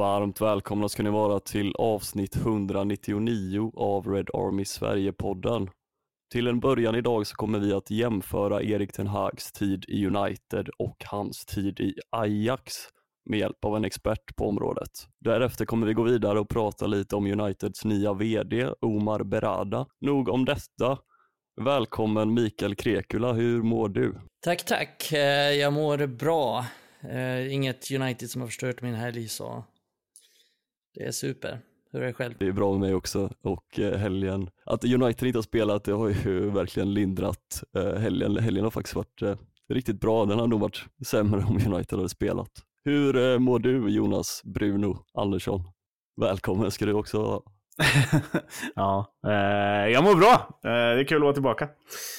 Varmt välkomna ska ni vara till avsnitt 199 av Red Army Sverige-podden. Till en början idag så kommer vi att jämföra Erik ten Hags tid i United och hans tid i Ajax med hjälp av en expert på området. Därefter kommer vi gå vidare och prata lite om Uniteds nya vd Omar Berrada. Nog om detta. Välkommen Mikael Krekula, hur mår du? Tack. Jag mår bra. Inget United som har förstört min helg, så det är super. Hur är det själv? Det är bra med mig också, och helgen. Att United inte har spelat, det har ju verkligen lindrat helgen. Helgen har faktiskt varit riktigt bra. Den har nog varit sämre om United hade spelat. Hur mår du, Jonas Bruno Andersson? Välkommen ska du också ha. Ja, jag mår bra. Det är kul att vara tillbaka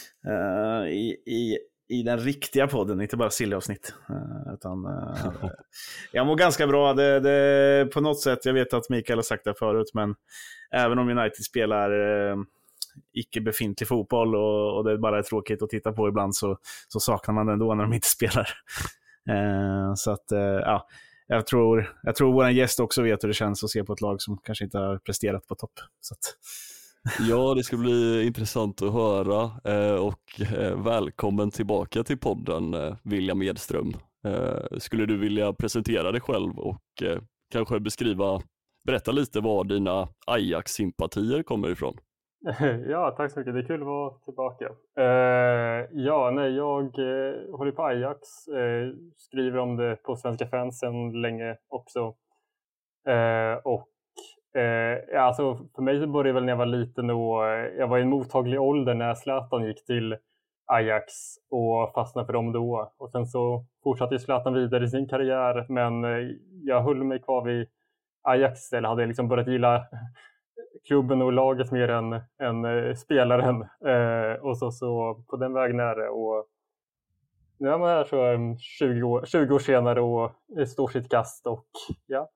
i den riktiga podden, inte bara silly-avsnitt, utan jag mår ganska bra. Det på något sätt, jag vet att Mikael har sagt det förut, men även om United spelar icke befintlig fotboll och det bara är tråkigt att titta på ibland, så saknar man det ändå när de inte spelar. Så att ja, jag tror våran gäst också vet hur det känns att se på ett lag som kanske inte har presterat på topp. Så att... Ja, det ska bli intressant att höra, och välkommen tillbaka till podden, William Edström. Skulle du vilja presentera dig själv och kanske berätta lite var dina Ajax-sympatier kommer ifrån? Ja, tack så mycket. Det är kul att vara tillbaka. Jag håller på Ajax, skriver om det på Svenska fans sedan länge också. Alltså för mig så började det väl när jag var liten, och jag var i en mottaglig ålder när Zlatan gick till Ajax och fastnade för dem då. Och sen så fortsatte Zlatan vidare i sin karriär, men jag höll mig kvar vid Ajax, eller hade liksom börjat gilla klubben och laget mer än spelaren. Och så på den vägen är det. Och nu är man här så 20 år senare och står sitt kast, och ja.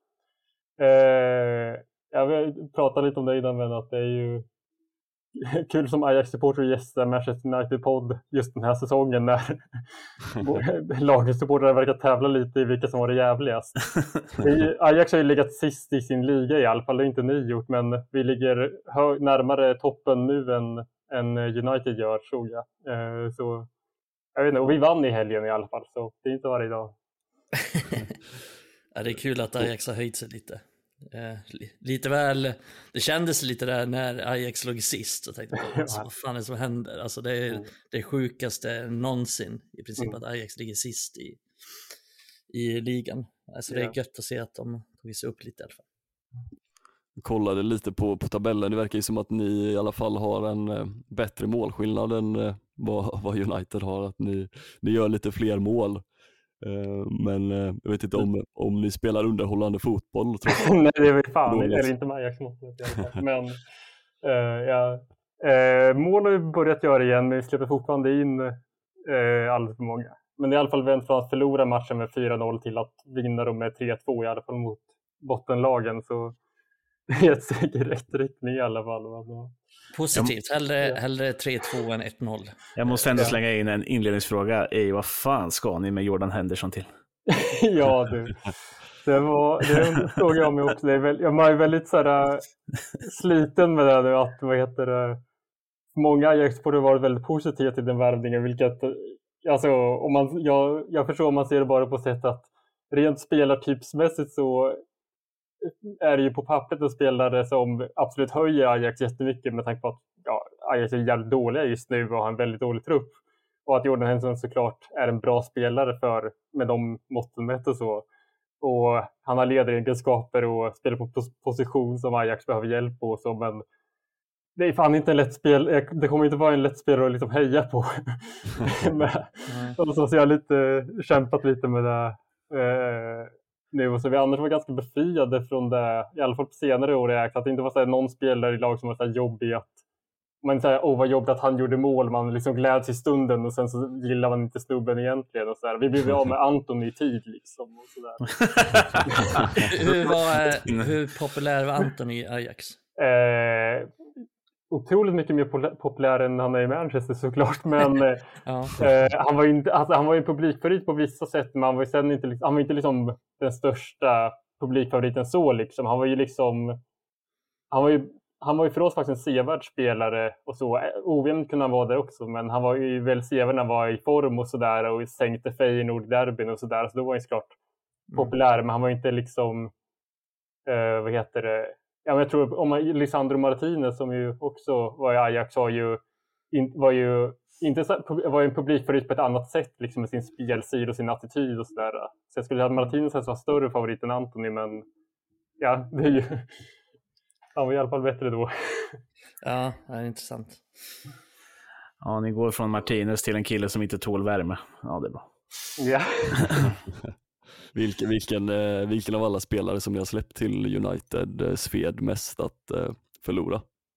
Jag pratade lite om det innan, men att det är ju kul som Ajax-supporter och gästa Manchester United-podd just den här säsongen, när lagets supportrar verkar tävla lite i vilka som var det jävligast. Ajax har ju legat sist i sin liga i alla fall, det är inte ni gjort, men vi ligger närmare toppen nu än United gör, tror jag. Så jag vet inte, och vi vann i helgen i alla fall, så det är inte varje dag. Ja, det är kul att Ajax har höjt sig lite. Lite väl, det kändes lite där när Ajax låg sist, och tänkte vad fan är det som händer? Alltså det är det sjukaste någonsin i princip, att Ajax ligger sist i ligan. Alltså det är gött att se att de tog sig upp lite i alla fall. Jag kollade lite på tabellen. Det verkar ju som att ni i alla fall har en bättre målskillnad än vad United har, att ni gör lite fler mål. Men jag vet inte om ni spelar underhållande fotboll. Nej, det är väl fan, eller inte med Ajax mått. Men mål har vi börjat göra igen, men vi släpper fortfarande in alldeles för många. Men det är i alla fall vänt från att förlora matchen med 4-0 till att vinna dem med 3-2, i alla fall mot bottenlagen. Så det är ett steg i rätt riktning i alla fall. Positivt, hellre 3-2 än 1-0. Jag måste ändå slänga in en inledningsfråga. Vad fan ska ni med Jordan Henderson till? Ja, du. Det såg jag mig också. Jag är väldigt sliten med det nu, att många Ajax-supportrar har varit väldigt positiva till den värvningen, vilket alltså, jag förstår om man ser det bara på sätt att rent spelartypsmässigt så är det ju på pappret en spelare som absolut höjer Ajax jättemycket, med tanke på att Ajax är jävligt dåliga just nu och har en väldigt dålig trupp. Och att Jordan Henderson såklart är en bra spelare med de måtten mätt och så. Och han har ledaregenskaper och spelar på position som Ajax behöver hjälp på. Så, men det är fan inte en lätt spel. Det kommer inte vara en lätt spelare att liksom heja på. Och så har jag kämpat lite med det nu. Och så vi annars var ganska befriade från det, i alla fall på senare år. Att det inte var någon spelare i lag som var så jobbig att man säger, vad jobbigt att han gjorde mål. Man liksom gläds i stunden, och sen så gillar man inte snubben egentligen. Och så där. Vi blev av med Anton i tid liksom. Och så där. Hur populär var Anton i Ajax? Otroligt mycket mer populär än han är i Manchester såklart. Men han var ju en publikfavorit på vissa sätt. Men han var inte liksom den största publikfavoriten så liksom. Han var ju för oss faktiskt en sevärd spelare och så. Ojämnt kunde han vara där också, men han var ju väl sevärd när han var i form och sådär och sänkte Feyenoord-derbyn och sådär. Så då var han ju såklart populär, men han var inte liksom Ja, men jag tror om Lisandro Martinez som ju också var i Ajax var ju en publikfavorit på ett annat sätt liksom, med sin spelstil och sin attityd och sådär. Så jag skulle säga att Martinez var större favorit än Antony, men ja, det är ju han var i alla fall bättre då. Ja, det är intressant. Ja, ni går från Martinez till en kille som inte tål värme. Ja, det är bra. Ja. Vilken av alla spelare som ni har släppt till United sved mest att förlora?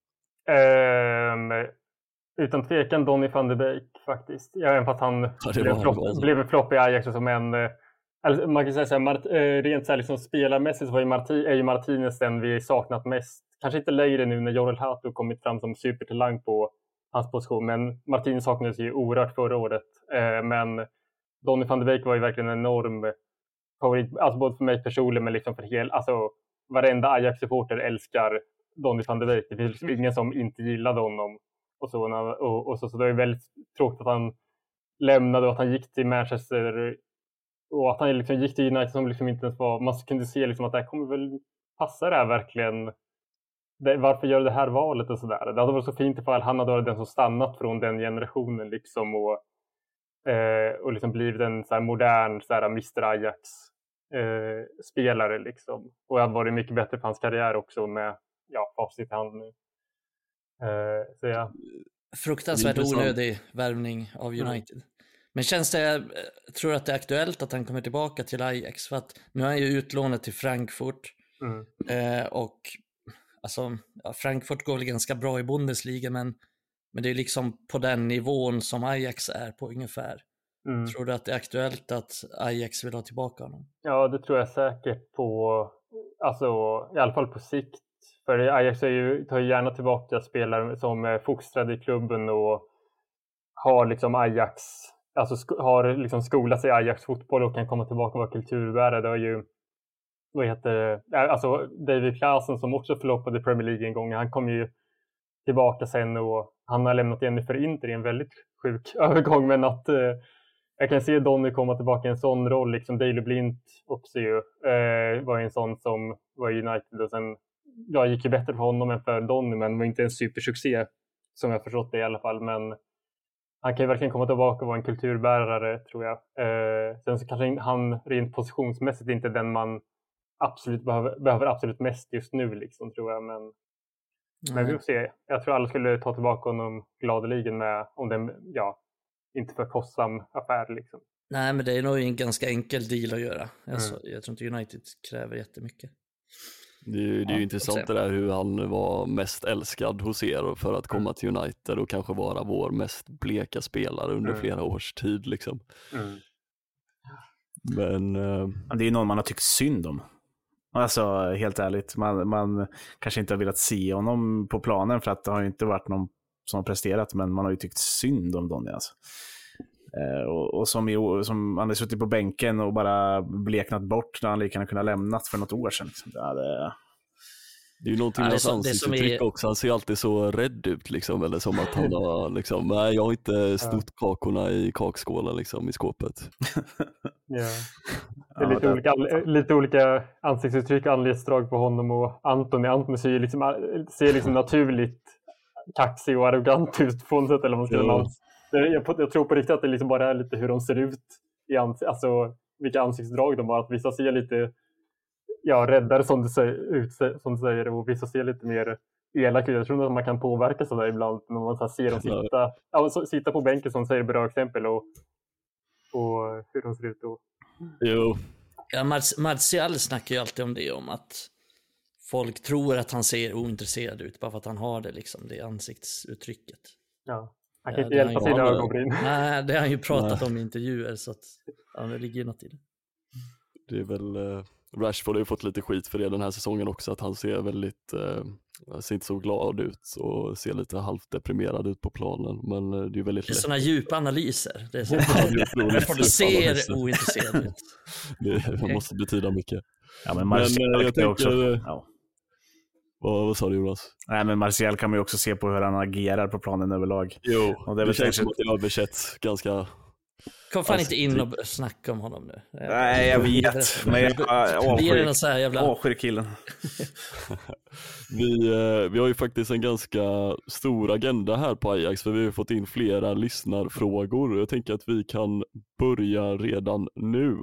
Utan tvekan Donny van de Beek faktiskt. Även fast han blev en flopp i Ajax som alltså, man kan säga så här, rent så här, liksom, spelarmässigt så är ju Martinez den vi saknat mest. Kanske inte längre nu när Jorel Hato kommit fram som supertalang på hans position, men Martinez saknades ju oerhört förra året. Men Donny van de Beek var ju verkligen en enorm favorit, alltså både för mig personligen men liksom för alltså varenda Ajax-supporter älskar Donny van de Beek. Det finns ingen som inte gillade honom och så det är väldigt tråkigt att han lämnade och att han gick till Manchester och att han liksom gick till United som liksom inte ens var, man kunde se liksom att det här kommer väl passa det här verkligen. Varför gör det här valet och sådär. Det hade varit så fint ifall han hade varit den som stannat från den generationen liksom och liksom blivit en så här modern så här Mr. Ajax spelare liksom. Och det hade varit mycket bättre för hans karriär också med facit i hand nu. Så ja. Fruktansvärt onödig värvning av United. Men känns det, tror att det är aktuellt att han kommer tillbaka till Ajax? För att nu är han ju utlånad till Frankfurt. Och alltså, Frankfurt går väl ganska bra i Bundesliga, men det är liksom på den nivån som Ajax är på ungefär. Tror du att det är aktuellt att Ajax vill ha tillbaka honom? Ja, det tror jag säkert på, alltså i alla fall på sikt. För Ajax tar ju gärna tillbaka spelare som är fostrade i klubben och har liksom Ajax, alltså har liksom skolat sig i Ajax fotboll och kan komma tillbaka och vara kulturbärare. Det var ju, alltså David Klaassen som också förloppade i Premier League en gång. Han kom ju tillbaka sen och han har lämnat igen för Inter i en väldigt sjuk övergång, men att jag kan se Donny komma tillbaka i en sån roll, liksom Daley Blind också ju var en sån som var i United och sen gick ju bättre för honom än för Donny, men var inte en supersuccé som jag förstått det i alla fall, men han kan ju verkligen komma tillbaka och vara en kulturbärare tror jag. Sen så kanske han rent positionsmässigt inte den man absolut behöver absolut mest just nu liksom, tror jag, men vi får se. Jag tror alla skulle ta tillbaka honom gladeligen med om den inte för kostsam affär liksom. Nej, men det är nog en ganska enkel deal att göra. Alltså, jag tror inte United kräver jättemycket. Det är ju intressant det där hur han var mest älskad hos er för att komma till United och kanske vara vår mest bleka spelare under flera års tid liksom. Men det är ju någon man har tyckt synd om. Alltså helt ärligt, man kanske inte har velat se honom på planen för att det har ju inte varit någon som har presterat, men man har ju tyckt synd om Donny alltså. Och som han har suttit på bänken och bara bleknat bort när han lika gärna kunde ha lämnat för något år sedan liksom. Det är ju någonting med hans ansiktsuttryck också. Han ser alltid så rädd ut liksom, eller som att han har liksom, nej jag har inte snott kakorna i kakskålen liksom i skåpet. Det är lite olika ansiktsuttryck, anletsdrag på honom och Antony ser liksom naturligt kaxig och arrogant ut på något sätt, eller man ska jag tror på riktigt att det liksom bara är lite hur de ser ut i alltså vilka ansiktsdrag de har, att vissa ser lite räddare som du säger och vissa ser lite mer elaka. Jag tror att man kan påverka sådär ibland när man så ser dem sitta på bänken som säger bra exempel och hur de ser ut då. Jo. Ja, Martial snackar ju alltid om det, om att folk tror att han ser ointresserad ut bara för att han har det liksom, det ansiktsuttrycket. Ja. Han kan inte hjälpa sina ögonbryn. Nej, det har han ju pratat om i intervjuer, så att det ligger något i det. Det är väl Rashford har ju fått lite skit för det den här säsongen också, att han ser väldigt ser inte så glad ut och ser lite halvt deprimerad ut på planen, men det är ju väldigt lätt. Det är sådana djupa analyser. Det är så du ser ointresserad ut. Det måste betyda mycket. Ja, men Martial jag tänker också. Ja. Vad sa du, Jonas? Nej, men Martial kan man ju också se på hur han agerar på planen överlag. Jo, och det känns som att det har översetts ganska... Kom fan inte in och snacka om honom nu. Nej, jag vet. Men jag avskyr killen. Vi har ju faktiskt en ganska stor agenda här på Ajax, för vi har fått in flera lyssnarfrågor. Jag tänker att vi kan börja redan nu.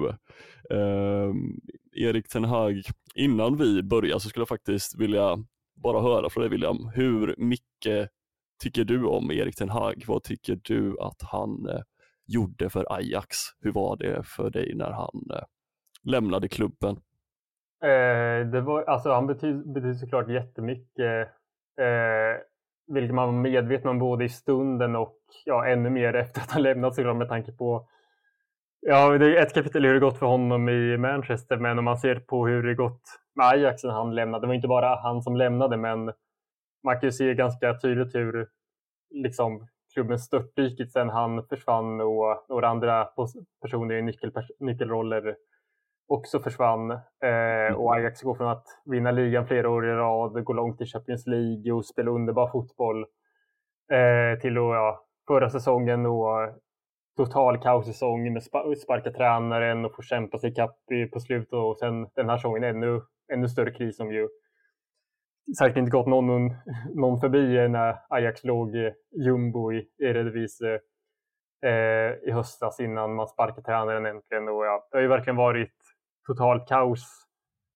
Erik ten Hag, innan vi börjar så skulle jag faktiskt vilja bara höra från dig, William. Hur mycket tycker du om Erik ten Hag? Vad tycker du att han gjorde för Ajax? Hur var det för dig när han lämnade klubben? Det var, alltså, han betyder såklart jättemycket, vilket man var medveten om både i stunden och ännu mer efter att han lämnat, såklart, med tanke på det är ett kapitel hur det gått för honom i Manchester, men om man ser på hur det gått med Ajax när han lämnade, det var inte bara han som lämnade, men man kan ju se ganska tydligt hur liksom klubben störtdyket sen han försvann och några andra personer i nyckelroller också försvann. Och Ajax går från att vinna ligan flera år i rad, gå långt i Champions League och spela underbar fotboll till förra säsongen och total kaossäsong med sparka tränaren och få kämpa sig ikapp på slutet, och sen den här säsongen ännu större kris som ju säkert inte gått någon förbi när Ajax låg jumbo i Eredivisie i höstas innan man sparkade tränaren äntligen. Och det har ju verkligen varit totalt kaos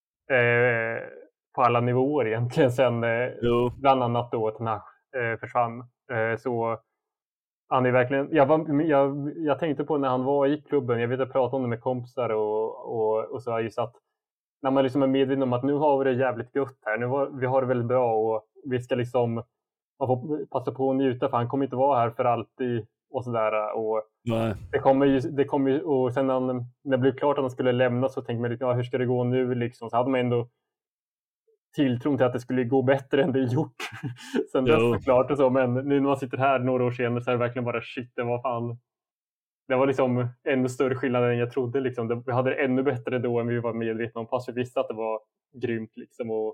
på alla nivåer egentligen sen bland annat då att den här försvann. Så han är verkligen, jag tänkte på när han var i klubben, jag vet att jag pratade om det med kompisar och så, just att när man liksom är medveten om att nu har vi det jävligt gött här, vi har det väldigt bra och vi ska liksom, man får passa på att njuta, för han kommer inte vara här för alltid och sådär. Och nej. Det kommer ju, och sen när det blev klart att han skulle lämna så tänkte man lite, hur ska det gå nu liksom, så hade man ändå tilltron till att det skulle gå bättre än det gjort sen dess, såklart och så, men nu när man sitter här några år senare så är det verkligen bara shit, det var liksom ännu större skillnad än jag trodde liksom. Vi hade det ännu bättre då än vi var medvetna om, fast vi visste att det var grymt liksom, och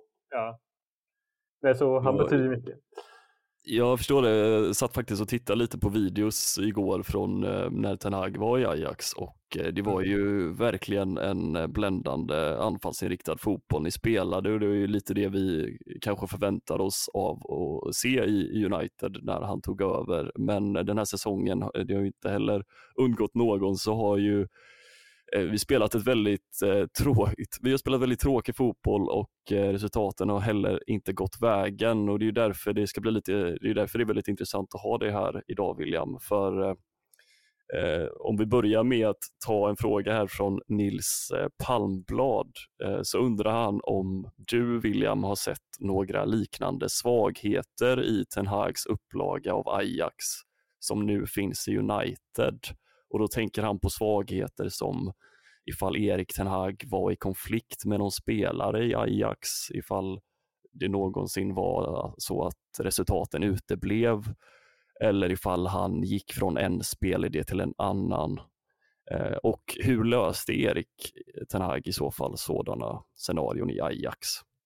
så han betyder mycket. Jag förstår det. Jag satt faktiskt och tittade lite på videos igår från när ten Hag var i Ajax, och det var ju verkligen en bländande anfallsinriktad fotboll ni spelade, och det är ju lite det vi kanske förväntade oss av att se i United när han tog över. Men den här säsongen, det har ju inte heller undgått någon, så har ju vi har spelat väldigt tråkig fotboll, och resultaten har heller inte gått vägen, och det är därför det är väldigt intressant att ha det här idag, William. För om vi börjar med att ta en fråga här från Nils Palmblad, så undrar han om du, William, har sett några liknande svagheter i ten Hags upplaga av Ajax som nu finns i United. Och då tänker han på svagheter som ifall Erik ten Hag var i konflikt med någon spelare i Ajax, ifall det någonsin var så att resultaten uteblev, eller ifall han gick från en spelidé till en annan. Och hur löste Erik ten Hag i så fall sådana scenarion i Ajax?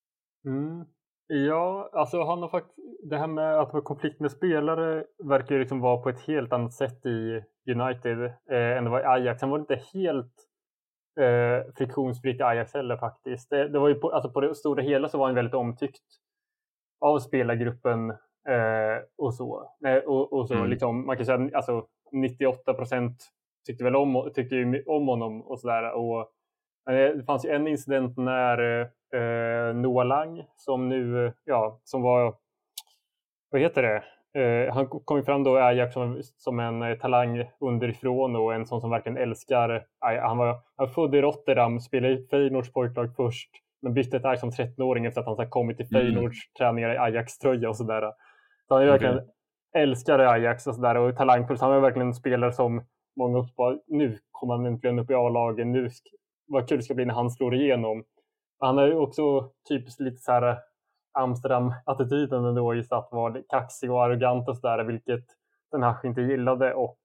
Ja, alltså han har faktiskt, det här med att vara konflikt med spelare verkar liksom vara på ett helt annat sätt i United än det var i Ajax. Han var inte helt friktionsfritt i Ajax heller faktiskt. Det var ju på det stora hela så var han väldigt omtyckt av spelargruppen och så. Och så liksom, man kan säga alltså 98% tyckte ju om honom och sådär. Och det fanns ju en incident när Noah Lang, som nu, som var, vad heter det? Han kom ju fram då i Ajax som en talang underifrån och en sån som verkligen älskar. Han var född i Rotterdam, spelade i Feyenoords pojklag först, men bytte ett Ajax som 13-åring efter att han hade kommit till Feyenoords träningar i Ajax-tröja och sådär. Så han är verkligen älskar Ajax och sådär, och talangfull. Så han är verkligen en spelare som många uppspar. Nu kommer han äntligen upp i A-lagen. Nu vad kul det ska bli när han slår igenom. Han har ju också typiskt lite så här Amsterdam-attityden ändå, just att vara kaxig och arrogant och sådär, vilket den här inte gillade. Och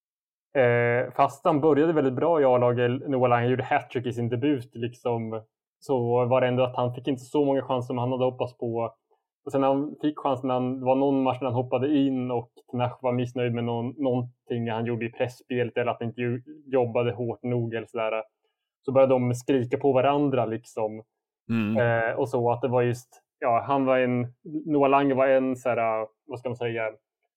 fast han började väldigt bra i A-laget, Noah Lang gjorde hattrick i sin debut liksom så var det ändå att han fick inte så många chanser som han hade hoppats på. Och sen när han fick chansen, det var någon match när han hoppade in och Tenach var missnöjd med någonting han gjorde i pressspelet eller att han inte jobbade hårt nog eller sådär. Så började de skrika på varandra liksom. Och så att det var just, han var Noah Lange var en såhär, vad ska man säga,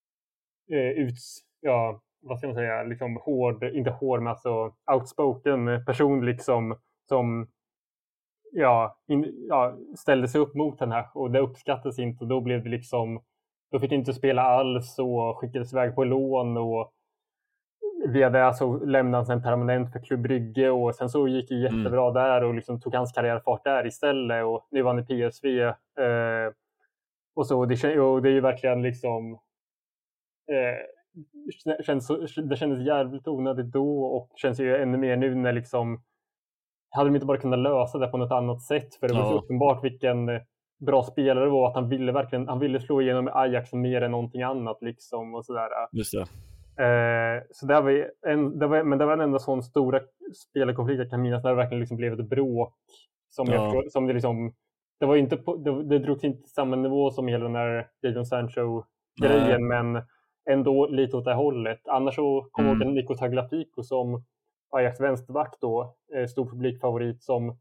vad ska man säga, liksom hård, inte hård men alltså outspoken person liksom som ställde sig upp mot den här och det uppskattades inte och då blev det liksom, då fick inte spela alls och skickades iväg på lån och via det alltså lämnade han permanent för Klubb Brygge och sen så gick det jättebra där och liksom tog hans karriärfart där istället och nu var han i PSV och så det är ju verkligen liksom det kändes jävligt onödigt då och känns ju ännu mer nu när liksom hade de inte bara kunnat lösa det på något annat sätt för det var så uppenbart vilken bra spelare det var att han ville slå igenom med Ajax mer än någonting annat liksom och sådär. Just det. Så det var en enda sån stora spelarkonflikt jag kan minnas när det verkligen liksom blev ett bråk som det liksom det var inte det drogs inte samma nivå som hela den här Jadon Sancho-grejen men ändå lite åt det hållet. Annars så kom jag ihåg Nico Tagliafico som Ajax vänsterback då, stor publikfavorit som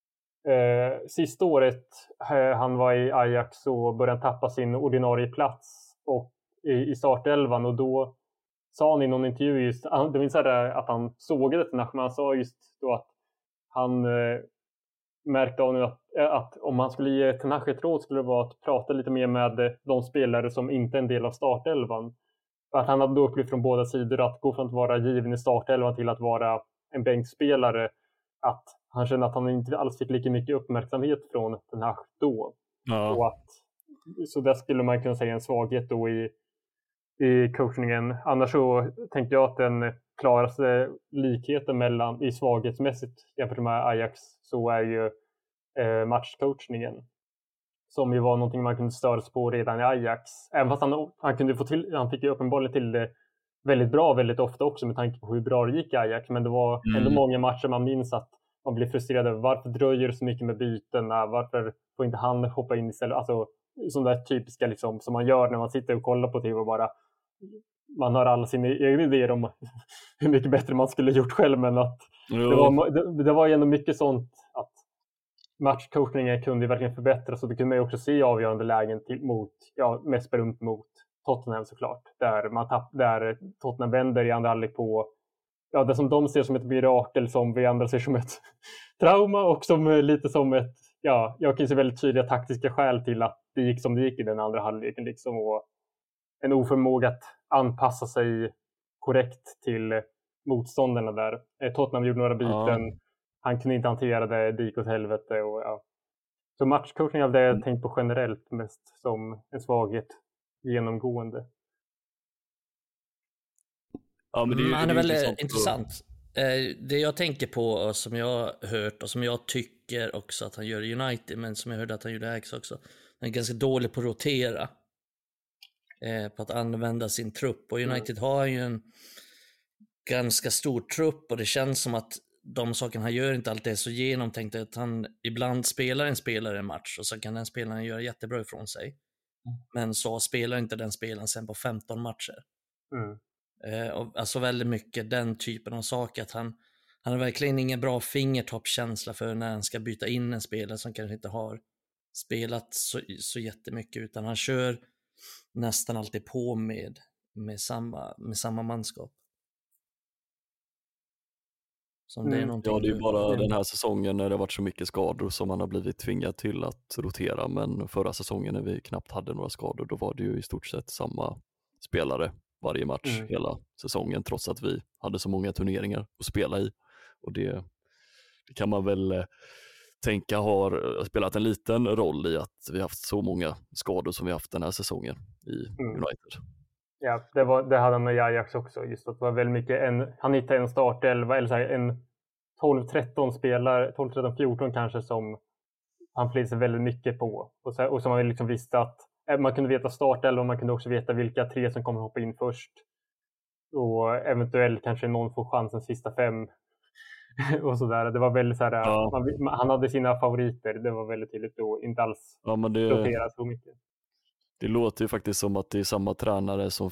sista året han var i Ajax så började han tappa sin ordinarie plats och i startelvan och då sa han i någon intervju just, det minns att han sågade det när han sa just då att han märkte av nu att om han skulle ge Tenach ett råd skulle det vara att prata lite mer med de spelare som inte är en del av startelvan. För att han hade då upplevt från båda sidor att gå från att vara given i startelvan till att vara en bänkspelare. Att han kände att han inte alls fick lika mycket uppmärksamhet från Tenach då. Och så där skulle man kunna säga en svaghet då i coachningen. Annars så tänkte jag att den klaraste likheten mellan i svaghetsmässigt jämfört med Ajax så är ju matchcoachningen. Som ju var någonting man kunde störas på redan i Ajax. Även fast han fick ju uppenbarligen till det väldigt bra väldigt ofta också med tanke på hur bra det gick i Ajax. Men det var ändå många matcher man minns att man blir frustrerad över varför dröjer det så mycket med byten? Varför får inte han hoppa in istället? Alltså sådana där typiska liksom, som man gör när man sitter och kollar på TV och bara man har alla sina egna idéer om hur mycket bättre man skulle gjort själv. Men att det var ju ändå mycket sånt att matchcoachningen kunde verkligen förbättras och det kunde man ju också se avgörande lägen mest berömt mot Tottenham såklart. Där Tottenham vänder i andra halvlek på det som de ser som ett mirakel som vi andra ser som ett trauma och som lite som ett jag kan se väldigt tydliga taktiska skäl till att det gick som det gick i den andra halvleken liksom och en oförmåga att anpassa sig korrekt till motståndarna där. Tottenham gjorde några byten. Han kunde inte hantera det gick åt helvete. Så matchcoaching av det jag tänkt på generellt mest som en svaghet genomgående. Ja, men han är väldigt intressant. Det jag tänker på som jag har hört och som jag tycker också att han gör i United men som jag hörde att han gjorde Ajax också. Han är ganska dålig på att rotera. På att använda sin trupp. Och United har ju en ganska stor trupp och det känns som att de sakerna han gör inte alltid är så genomtänkt att han ibland spelar en spelare en match och så kan den spelaren göra jättebra ifrån sig. Men så spelar inte den spelaren sen på 15 matcher. Alltså väldigt mycket den typen av saker att han har verkligen ingen bra fingertoppkänsla för när han ska byta in en spelare som kanske inte har spelat så jättemycket utan han kör nästan alltid på med samma manskap. Som det är det är bara den här säsongen när det har varit så mycket skador som man har blivit tvingad till att rotera, men förra säsongen när vi knappt hade några skador då var det ju i stort sett samma spelare varje match hela säsongen trots att vi hade så många turneringar att spela i och det kan man väl tänka har spelat en liten roll i att vi haft så många skador som vi haft den här säsongen i United. Ja, det hade han med Ajax också. Just att det var väldigt mycket han hittade en startelva eller så här, en 12-13 spelare, 12-13-14 kanske som han flöt sig väldigt mycket på. Och som man liksom visste att man kunde veta startelva och man kunde också veta vilka 3 som kommer hoppa in först. Och eventuellt kanske någon får chansen sista 5 och sådär. Det var väldigt så här, han hade sina favoriter, det var väldigt tydligt och inte alls rotera så mycket. Det låter ju faktiskt som att det är samma tränare som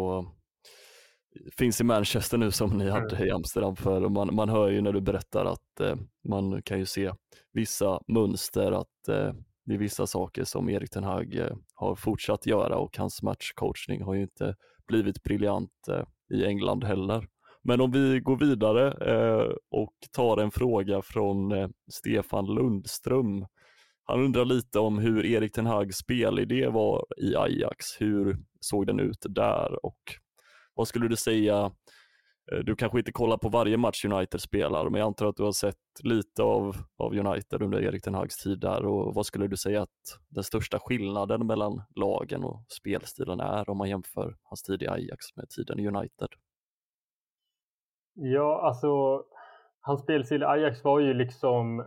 finns i Manchester nu som ni hade i Amsterdam för. Man hör ju när du berättar att man kan ju se vissa mönster, att det är vissa saker som Erik ten Hag har fortsatt göra, och hans matchcoachning har ju inte blivit briljant i England heller. Men om vi går vidare och tar en fråga från Stefan Lundström. Han undrar lite om hur Erik ten Hags spelidé var i Ajax. Hur såg den ut där, och vad skulle du säga? Du kanske inte kollar på varje match United spelar, men jag antar att du har sett lite av United under Erik ten Hags tid där. Och vad skulle du säga att den största skillnaden mellan lagen och spelstilen är om man jämför hans tid i Ajax med tiden i United? Ja, alltså hans spelstil i Ajax var ju liksom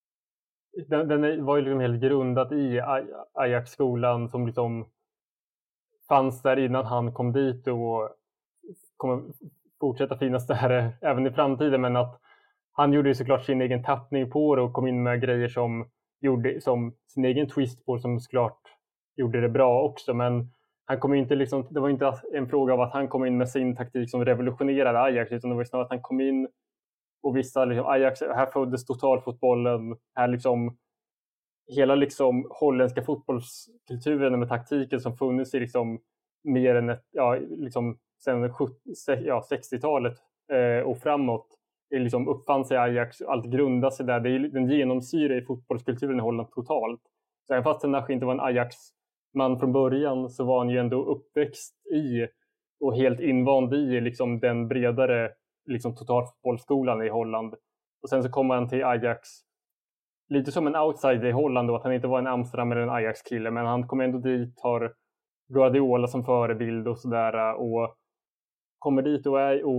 den var ju liksom helt grundad i Ajax-skolan som liksom fanns där innan han kom dit och kommer fortsätta finnas där även i framtiden, men att han gjorde ju såklart sin egen tappning på det och kom in med grejer som sin egen twist på, som såklart gjorde det bra också, men han kom inte liksom, det var inte en fråga av att han kom in med sin taktik som revolutionerade Ajax, utan det var snarare att han kom in och visste liksom, Ajax, här föddes totalfotbollen, här liksom hela liksom holländska fotbollskulturen med taktiken som funnits i liksom mer än liksom sen 60-talet och framåt. Det liksom uppfann sig Ajax, allt grundar sig där. Det är den genomsyrar i fotbollskulturen i Holland totalt. Så även fast Ten inte var en Ajax-man från början, så var han ju ändå uppväxt i och helt invand i liksom den bredare liksom totalfotbollsskolan i Holland. Och sen så kom han till Ajax lite som en outsider i Holland då, att han inte var en Amsterdam eller en Ajax-kille, men han kom ändå dit, har Guardiola som förebild och sådär, och kommer dit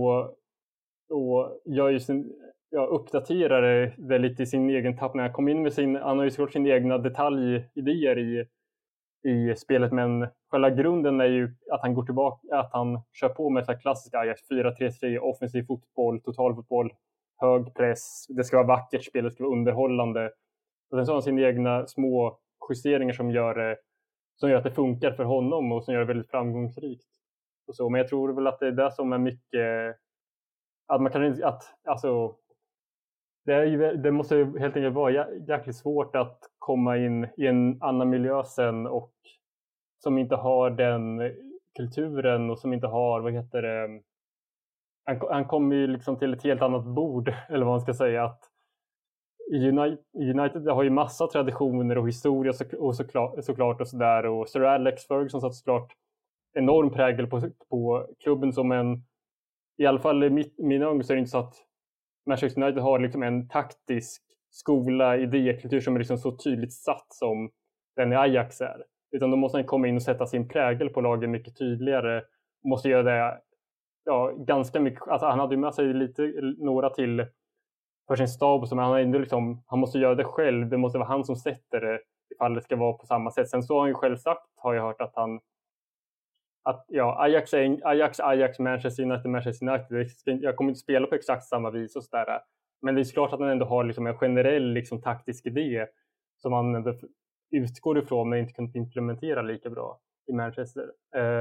och gör ju uppdaterar det lite i sin egen tappning. Han kom in med han har ju såklart sina egna detaljidéer i spelet, men själva grunden är ju att han går tillbaka, att han kör på med så här klassiska Ajax 4-3-3, offensiv fotboll, totalfotboll, hög press, det ska vara vackert spel, det ska vara underhållande. Och sen så har han sina egna små justeringar som gör att det funkar för honom och som gör det väldigt framgångsrikt. Och så. Men jag tror väl att det är det som är mycket, att man kan inte, alltså det måste helt enkelt vara jäkligt svårt att komma in i en annan miljö sen, och som inte har den kulturen och som inte har, han kommer ju liksom till ett helt annat bord, eller vad man ska säga, att United har ju massa traditioner och historia och såklart och sådär, och Sir Alex Ferguson satt såklart enorm prägel på klubben som i alla fall i mina ögon så är det inte så att Manchester United har liksom en taktisk skola, idékultur som är liksom så tydligt satt som den i Ajax är. Utan då måste han komma in och sätta sin prägel på lagen mycket tydligare. Måste göra det ganska mycket. Alltså han hade ju med sig några till för sin stab, som han måste göra det själv. Det måste vara han som sätter det ifall det ska vara på samma sätt. Sen så har han ju själv sagt, har jag hört, att Ajax, Manchester United. Jag kommer inte spela på exakt samma vis och sådär. Men det är klart att han ändå har liksom en generell liksom taktisk idé som han ändå utgår ifrån men inte kan implementera lika bra i Manchester.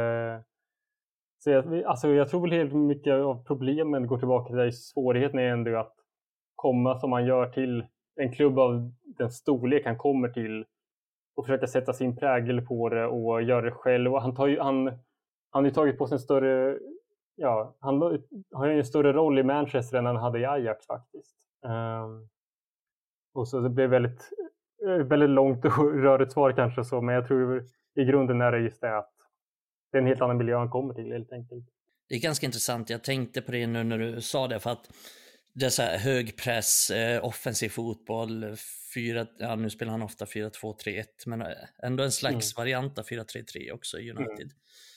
Så jag tror väl helt mycket av problemen går tillbaka till det. Svårigheten är ändå att komma som man gör till en klubb av den storlek han kommer till och försöka sätta sin prägel på det och göra det själv. Och han har ju tagit på sig en större, han har ju en större roll i Manchester än han hade i Ajax faktiskt. Och så det blev väldigt, väldigt långt och rörigt svar kanske så, men jag tror i grunden är det just det att det är en helt annan miljö han kommer till helt enkelt. Det är ganska intressant, jag tänkte på det nu när du sa det, för att det är så här hög press, offensiv fotboll, nu spelar han ofta 4-2-3-1, men ändå en slags variant av 4-3-3 också i United.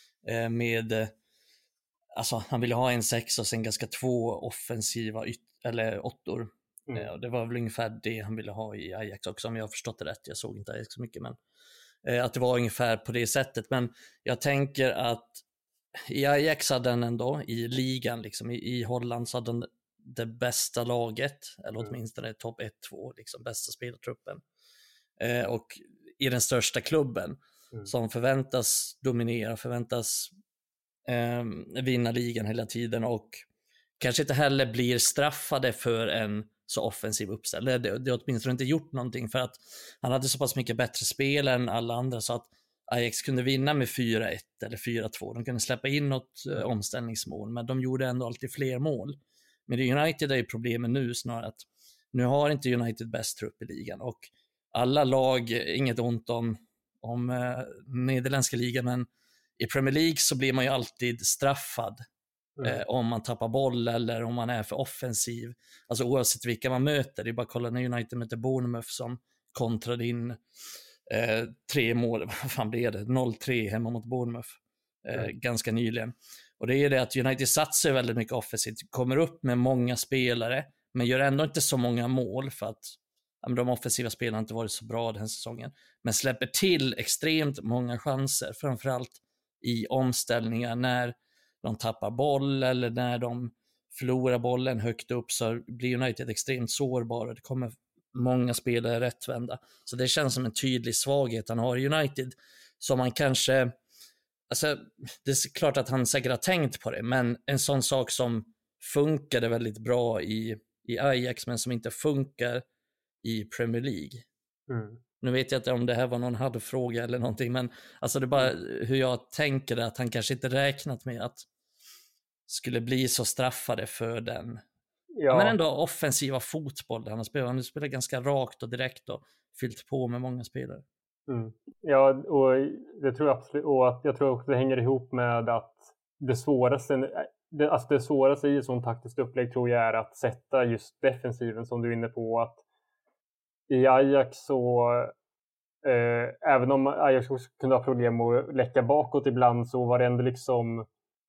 Alltså han ville ha en 6 och sen ganska 2 offensiva eller åttor. Det var väl ungefär det han ville ha i Ajax också, om jag har förstått det rätt. Jag såg inte Ajax så mycket, men att det var ungefär på det sättet. Men jag tänker att i Ajax hade han ändå, i ligan liksom, i Holland så hade han det bästa laget, eller åtminstone topp 1-2, liksom bästa spelartruppen. Och i den största klubben som förväntas dominera, förväntas vinna ligan hela tiden och kanske inte heller blir straffade för en så offensiv uppställning. Det har åtminstone inte gjort någonting, för att han hade så pass mycket bättre spel än alla andra så att Ajax kunde vinna med 4-1 eller 4-2. De kunde släppa in något omställningsmål, men de gjorde ändå alltid fler mål. Men det United är ju problemet nu snarare att nu har inte United bäst trupp i ligan, och alla lag, inget ont om nederländska ligan, men i Premier League så blir man ju alltid straffad om man tappar boll eller om man är för offensiv. Alltså oavsett vilka man möter. Det är bara att kolla när United möter Bournemouth som kontrade in 3 mål, vad fan blev det? 0-3 hemma mot Bournemouth ganska nyligen. Och det är det att United satsar väldigt mycket offensivt, kommer upp med många spelare men gör ändå inte så många mål för att de offensiva spelarna inte varit så bra den säsongen, men släpper till extremt många chanser, framförallt i omställningar när de tappar boll eller när de förlorar bollen högt upp, så blir United extremt sårbara. Det kommer många spelare rättvända. Så det känns som en tydlig svaghet han har i United, som man kanske, alltså det är klart att han säkert har tänkt på det, men en sån sak som funkade väldigt bra i Ajax men som inte funkar i Premier League. Nu vet jag inte om det här var någon halvfråga eller någonting, men alltså det är bara hur jag tänker att han kanske inte räknat med att skulle bli så straffade för den. Ja. Men ändå offensiva fotboll han spelar ganska rakt och direkt och fyllt på med många spelare. Ja, och det tror jag absolut, och att jag tror också det hänger ihop med att det svåraste i ett sånt taktiskt upplägg tror jag är att sätta just defensiven som du är inne på. Att i Ajax så även om Ajax kunde ha problem att läcka bakåt ibland, så var det ändå liksom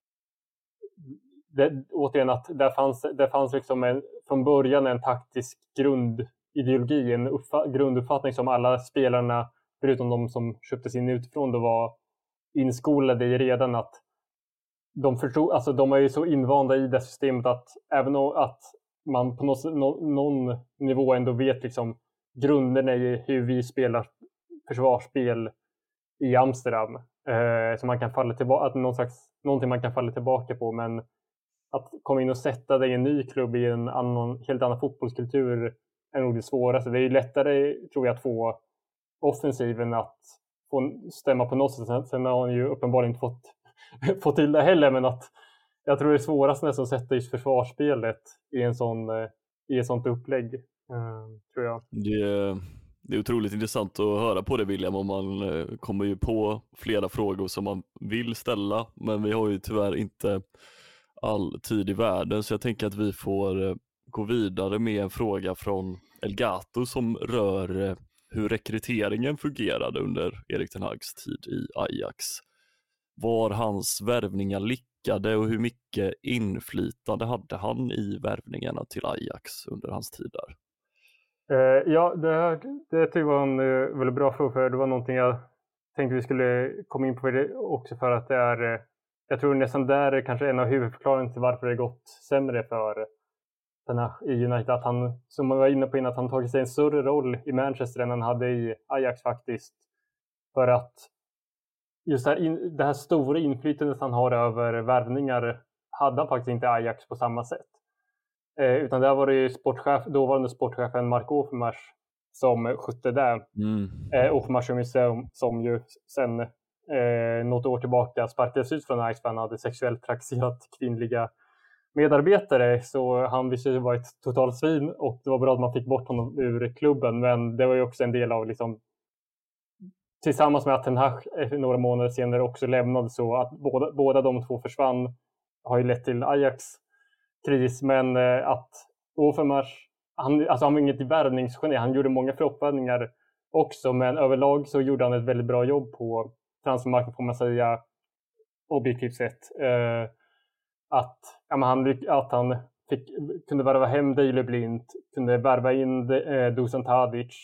återigen att där fanns liksom från början en taktisk grundideologi, en grunduppfattning som alla spelarna förutom de som köptes in utifrån då var inskolade i redan, att de förstod, alltså de är ju så invanda i det systemet att även att man på någon nivå ändå vet liksom grunderna i hur vi spelar försvarsspel i Amsterdam, så man kan falla tillbaka, att någonting man kan falla tillbaka på, men att komma in och sätta det i en ny klubb i en helt annan fotbollskultur är nog det svåraste. Det är ju lättare tror jag att få offensiven att få stämma på något sätt. Sen har han ju uppenbarligen inte fått till det heller, men att jag tror det är svårast nästan att sätta just försvarsspelet i ett sånt upplägg, tror jag. Det är otroligt intressant att höra på det, William, och man kommer ju på flera frågor som man vill ställa, men vi har ju tyvärr inte all tid i världen, så jag tänker att vi får gå vidare med en fråga från Elgato som rör hur rekryteringen fungerade under Erik ten Hags tid i Ajax. Var hans värvningar lyckade och hur mycket inflytande hade han i värvningarna till Ajax under hans tid där? Ja, det tycker jag var en väldigt bra fråga, för det var någonting jag tänkte vi skulle komma in på det också, för att det är, jag tror nästan där är kanske en av huvudförklaringarna till varför det gått sämre för den här i United, att han, som man var inne på innan, att han tagit sig en större roll i Manchester än han hade i Ajax faktiskt, för att just det här stora inflytandet han har över värvningar hade han faktiskt inte Ajax på samma sätt. Utan där var det ju dåvarande sportchefen Mark Overmars som skötte det. Overmars som ju sen något år tillbaka sparkades ut från Ajax för han hade sexuellt trakasserat kvinnliga medarbetare, så han visste ju vara ett totalt svin, och det var bra att man fick bort honom ur klubben, men det var ju också en del av liksom, tillsammans med att ten Hag några månader senare också lämnade, så att båda de två försvann har ju lett till Ajax kris, men att Overmars, han var inget värvningsgeni, han gjorde många floppvärvningar också, men överlag så gjorde han ett väldigt bra jobb på transfermarknaden, får man säga, objektivt sett. Att han kunde värva hem Daley Blind, kunde värva in Dusan Tadic,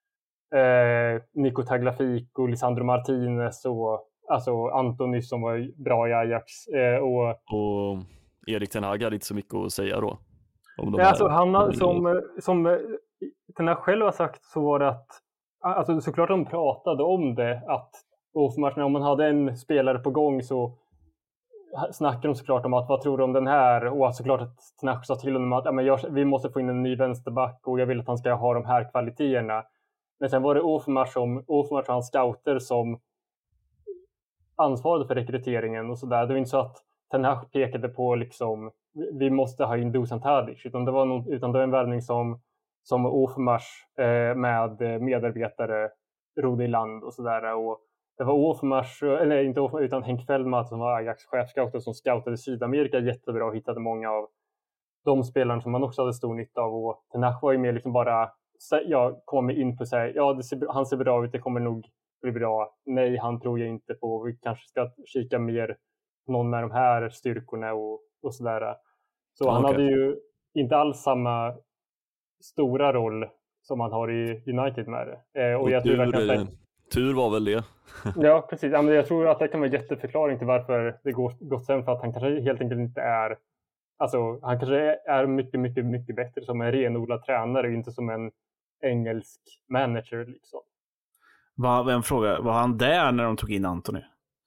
Nico Tagliafico, Lisandro Martinez och alltså Antoni som var bra i Ajax. Och Erik ten Hag hade inte så mycket att säga då? Alltså, som Ten Hag själv har sagt så var det att, alltså såklart de pratade om det, att om man hade en spelare på gång så snackade de såklart om att vad tror du om den här, och att såklart att Ten Hag sa till honom att vi måste få in en ny vänsterback och jag vill att han ska ha de här kvaliteterna. Men sen var det Overmars och hans scouter som ansvarade för rekryteringen och sådär. Det var inte så att Ten Hag pekade på liksom vi måste ha in Dusan Tadic, utan det var en värvning som Overmars med medarbetare rodde i land och sådär. Och det var Overmars, eller inte Overmars, utan Henk Feldman som var Ajax chefscout som scoutade Sydamerika jättebra och hittade många av de spelarna som man också hade stor nytta av. Och Ten Hag var ju mer liksom bara komma in på sig. Han ser bra ut, det kommer nog bli bra. Nej, han tror jag inte på. Vi kanske ska kika mer någon med de här styrkorna och sådär. Så han hade ju inte alls samma stora roll som han har i United med det. Och jag tror tur var väl det. Ja, precis. Jag tror att det kan vara en jätteförklaring till varför det gått sen, för att han kanske helt enkelt inte är, alltså han kanske är mycket, mycket, mycket bättre som en renodlad tränare och inte som en engelsk manager liksom. En fråga, var han där när de tog in Antony?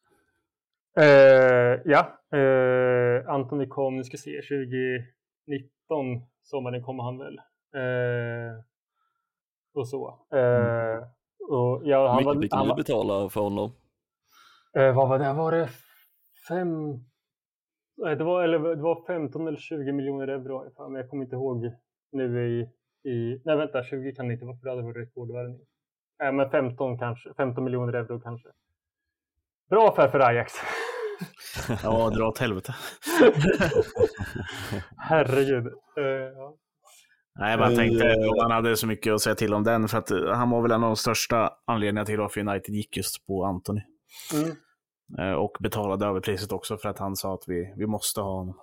Antony kom, nu ska se, 2019 sommaren kom han väl. Och så. Och mycket fick ni betala för honom? Vad var det? Var det 5? Det var 15 eller 20 miljoner euro. Men jag kommer inte ihåg nu nej vänta, 20 kan det inte vara, för det hade varit rekordvärvning. Men 15 kanske, 15 miljoner euro kanske. Bra affär för Ajax. Ja, dra åt helvete. Herregud. Nej, jag bara tänkte om han hade så mycket att säga till om den, för att han var väl en av de största anledningarna till varför United gick just på Antony. Och betalade överpriset också för att han sa att vi måste ha honom.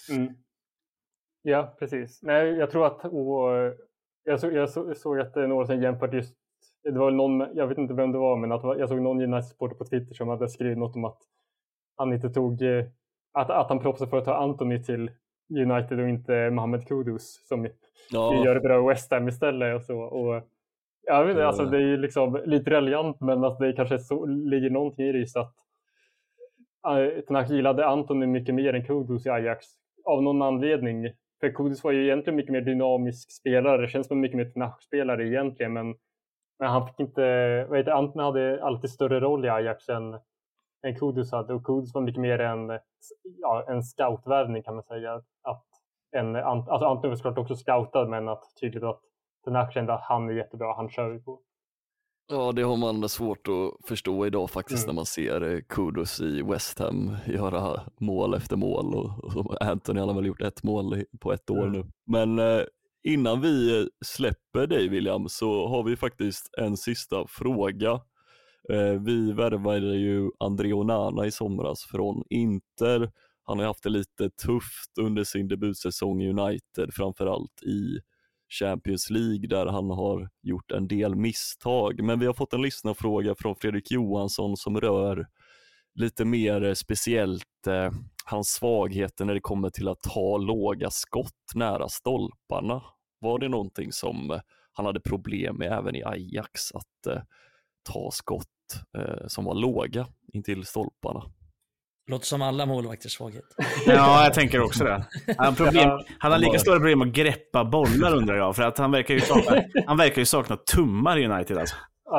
Ja, precis. Nej, jag tror att jag såg att några som jämfört just, det var någon, jag vet inte vem det var, men att jag såg någon United-supporter på Twitter som hade skrivit något om att han inte tog att han propsade för att ta Antony till United och inte Mohamed Kudus som gör det bra i West Ham istället och så. Och jag vet inte, alltså det är ju liksom lite reliant, men att det kanske ligger någonting i det, just att Ten Hag gillade Antony mycket mer än Kudus i Ajax av någon anledning. För Kudus var ju egentligen mycket mer dynamisk spelare. Det känns som en mycket mer Ten Hag-spelare egentligen, men han fick inte, Antony hade alltid större roll i Ajax än Kudus hade, och Kudus var mycket mer en scoutvärvning kan man säga. Alltså Antony var såklart också scoutad, men att tydligt att Ten Hag kände att han är jättebra, han kör vi på. Ja, det har man svårt att förstå idag faktiskt när man ser Kudus i West Ham göra mål efter mål, och Antony har väl gjort ett mål på ett år nu. Men innan vi släpper dig, William, så har vi faktiskt en sista fråga. Vi värvade ju André Onana i somras från Inter. Han har haft det lite tufft under sin debutsäsong i United, framförallt i Champions League där han har gjort en del misstag. Men vi har fått en lyssnarfråga från Fredrik Johansson som rör lite mer speciellt hans svagheter när det kommer till att ta låga skott nära stolparna. Var det någonting som han hade problem med även i Ajax, att ta skott som var låga intill stolparna? Låter som alla målvakters svaghet. Ja, jag tänker också det. Han har lika stora problem att greppa bollar, undrar jag, för att han verkar ju sakna tummar i United alltså.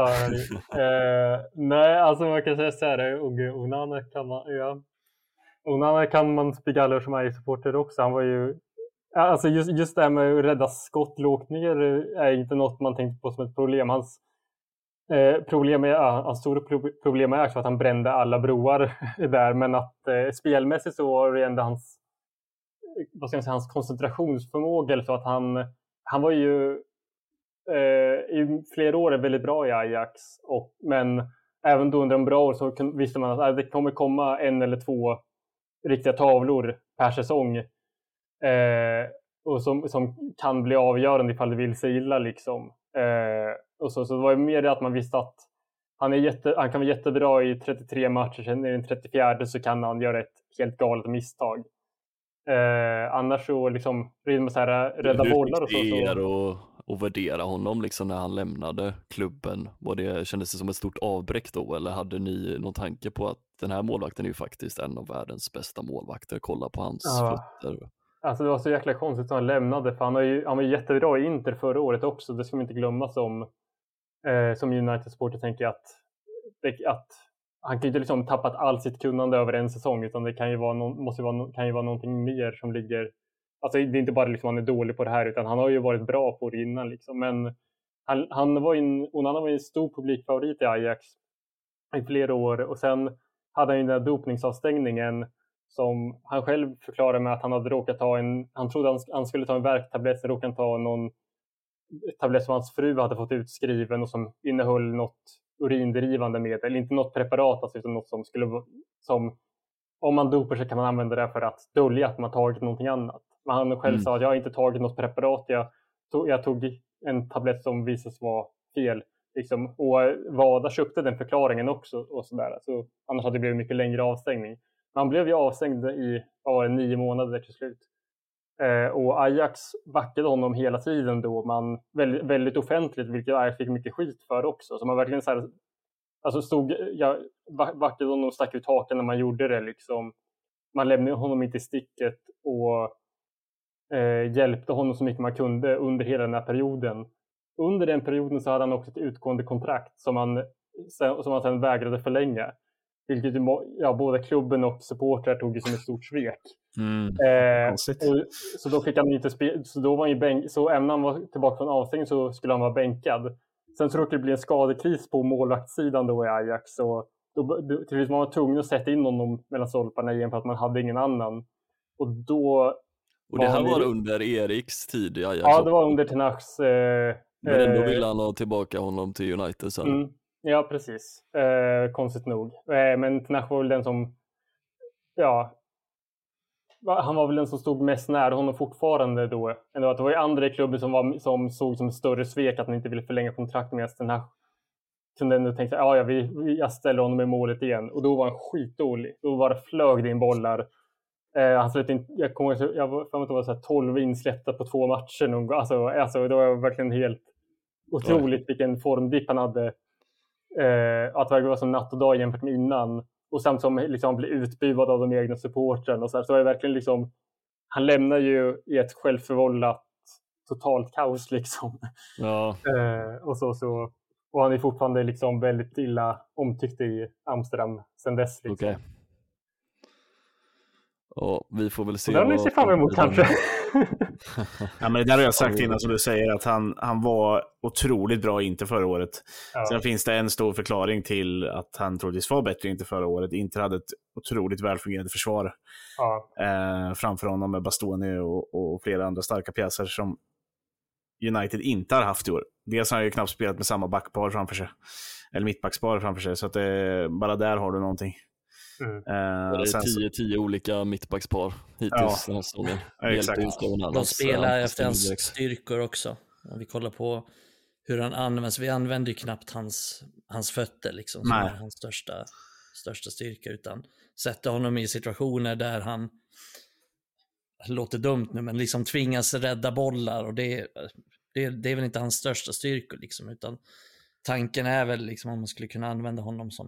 Nej, alltså man kan säga så här, Onana kan man spigalla som Ajax-supporter också. Han var ju, alltså just det här med att rädda skott lågt ner är inte något man tänkte på som ett problem. Hans stora problem är att han brände alla broar där, men att spelmässigt så var det ändå hans koncentrationsförmåga, eller så att han var ju i flera år väldigt bra i Ajax, men även då under en bra år så visste man att det kommer komma en eller två riktiga tavlor per säsong och som kan bli avgörande ifall det vill sig illa liksom. Och så det var mer det att man visste att han kan vara jättebra i 33 matcher, sen i den 34 så kan han göra ett helt galet misstag. Annars så liksom med så här rädda bollar och så. Och värdera honom liksom när han lämnade klubben? Kändes det som ett stort avbräck då, eller hade ni någon tanke på att den här målvakten är ju faktiskt en av världens bästa målvakter, kolla på hans fötter? Alltså det var så jäkla konstigt att han lämnade, för han var jättebra i Inter förra året också, det ska man inte glömma som United-supporter, tänker jag att han kan ju inte liksom tappat allt sitt kunnande över en säsong, utan det kan ju vara någonting mer som ligger. Alltså det är inte bara liksom han är dålig på det här, utan han har ju varit bra på det innan liksom. Men han var en stor publikfavorit i Ajax i flera år, och sen hade han ju den där dopningsavstängningen som han själv förklarade med att han hade råkat han trodde han skulle ta en värktablett, så råkade han ta någon tablett som hans fru hade fått utskriven och som innehöll något urindrivande medel, inte något preparat alltså, utan något som om man dopar sig kan man använda det för att dölja att man tagit någonting annat. Men han själv sa att jag har inte tagit något preparat, jag tog en tablett som visades vara fel liksom. Och Wada köpte den förklaringen också och sådär, så annars hade det blivit mycket längre avstängning. Han blev ju avstängd i 9 månader till slut. Och Ajax backade honom hela tiden då, man väldigt, väldigt offentligt, vilket Ajax fick mycket skit för också. Så man verkligen så här, alltså backade honom och stack ut hakan när man gjorde det liksom. Man lämnade honom inte i sticket och hjälpte honom så mycket man kunde under hela den här perioden. Under den perioden så hade han också ett utgående kontrakt som han sen vägrade förlänga. Vilket både klubben och supportrar tog som ett stort svek. Så då fick han inte så då var han så även när han var tillbaka från avstängning så skulle han vara bänkad. Sen så råkade det bli en skadekris på målvaktssidan då i Ajax, så till slut var man tvungen att sätta in honom mellan stolparna igen för att man hade ingen annan. Och det här var under Eriks tid i Ajax? Ja, det var under Ten Hag's. Men ändå ville han ha tillbaka honom till United sen. Ja, precis. Konstigt nog. Men Ten Hag var väl den som han var väl den som stod mest nära honom fortfarande då. Ändå att det var ju andra i klubben som såg som större svek att han inte ville förlänga kontrakt med Ten Hag. Kunde ändå tänka jag ställer honom i målet igen. Och då var han skitdålig. Då var det flög in bollar. Han släppte in, jag kommer ihåg att det var så här 12 insläppta på 2 matcher någon gång. Alltså det var verkligen helt otroligt vilken formdipp han hade. Att det var som natt och dag jämfört med innan. Och samt som liksom blev utbuvad av de egna supportrarna och så var det verkligen liksom, han lämnar ju i ett självförvållat totalt kaos liksom. Ja. Och han är fortfarande liksom väldigt illa omtyckt i Amsterdam sen dess liksom. Okej. Ja, vi får väl se. Det har ni sett fram emot kanske. Ja, men det där har jag sagt innan, som du säger, att han var otroligt bra Inter förra året. Ja. Sen finns det en stor förklaring till att han troligtvis var bättre Inter förra året. Inter hade ett otroligt välfungerande försvar framför honom med Bastoni och flera andra starka pjäser som United inte har haft i år. Dels har han ju knappt spelat med samma backpar framför sig, eller mittbackspar framför sig, så att bara där har du någonting. Det är 10 olika mittbackspar hittills den här säsongen. De spelar efter hans styrkor också. Om vi kollar på hur han används, vi använder ju knappt hans fötter liksom, som är hans största styrka, utan sätter honom i situationer där han låter dumt nu, men liksom tvingas rädda bollar, och det är väl inte hans största styrkor liksom, utan tanken är väl liksom om man skulle kunna använda honom som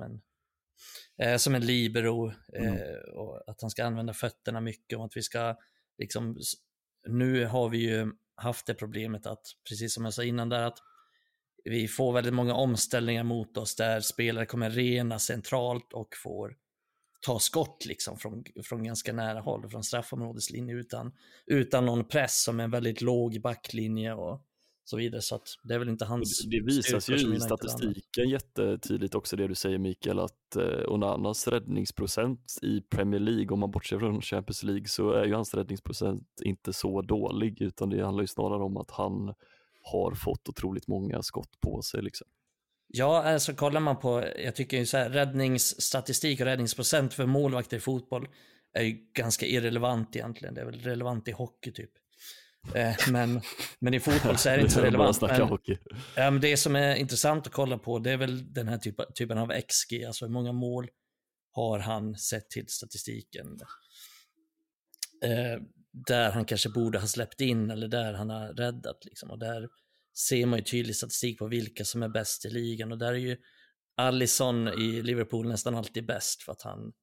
en libero, och att han ska använda fötterna mycket, och att vi ska liksom, nu har vi ju haft det problemet att, precis som jag sa innan där, att vi får väldigt många omställningar mot oss där spelare kommer rena centralt och får ta skott liksom från ganska nära håll, från straffområdeslinje utan någon press, som en väldigt låg backlinje och så vidare, så att det är väl inte hans. Det visas ju i statistiken jättetydligt också, det du säger Mikael, att Onanas räddningsprocent i Premier League, om man bortser från Champions League, så är ju hans räddningsprocent inte så dålig, utan det handlar ju snarare om att han har fått otroligt många skott på sig liksom. Ja, alltså kollar man på, jag tycker ju så här, räddningsstatistik och räddningsprocent för målvakter i fotboll är ju ganska irrelevant egentligen. Det är väl relevant i hockey typ. Men i fotboll så är det inte så relevant. Men det som är intressant att kolla på, det är väl den här typen av XG, alltså hur många mål har han sett till statistiken. där han kanske borde ha släppt in eller där han har räddat liksom. Och där ser man ju tydlig statistik på vilka som är bäst i ligan, och där är ju Alisson i Liverpool nästan alltid bäst, för att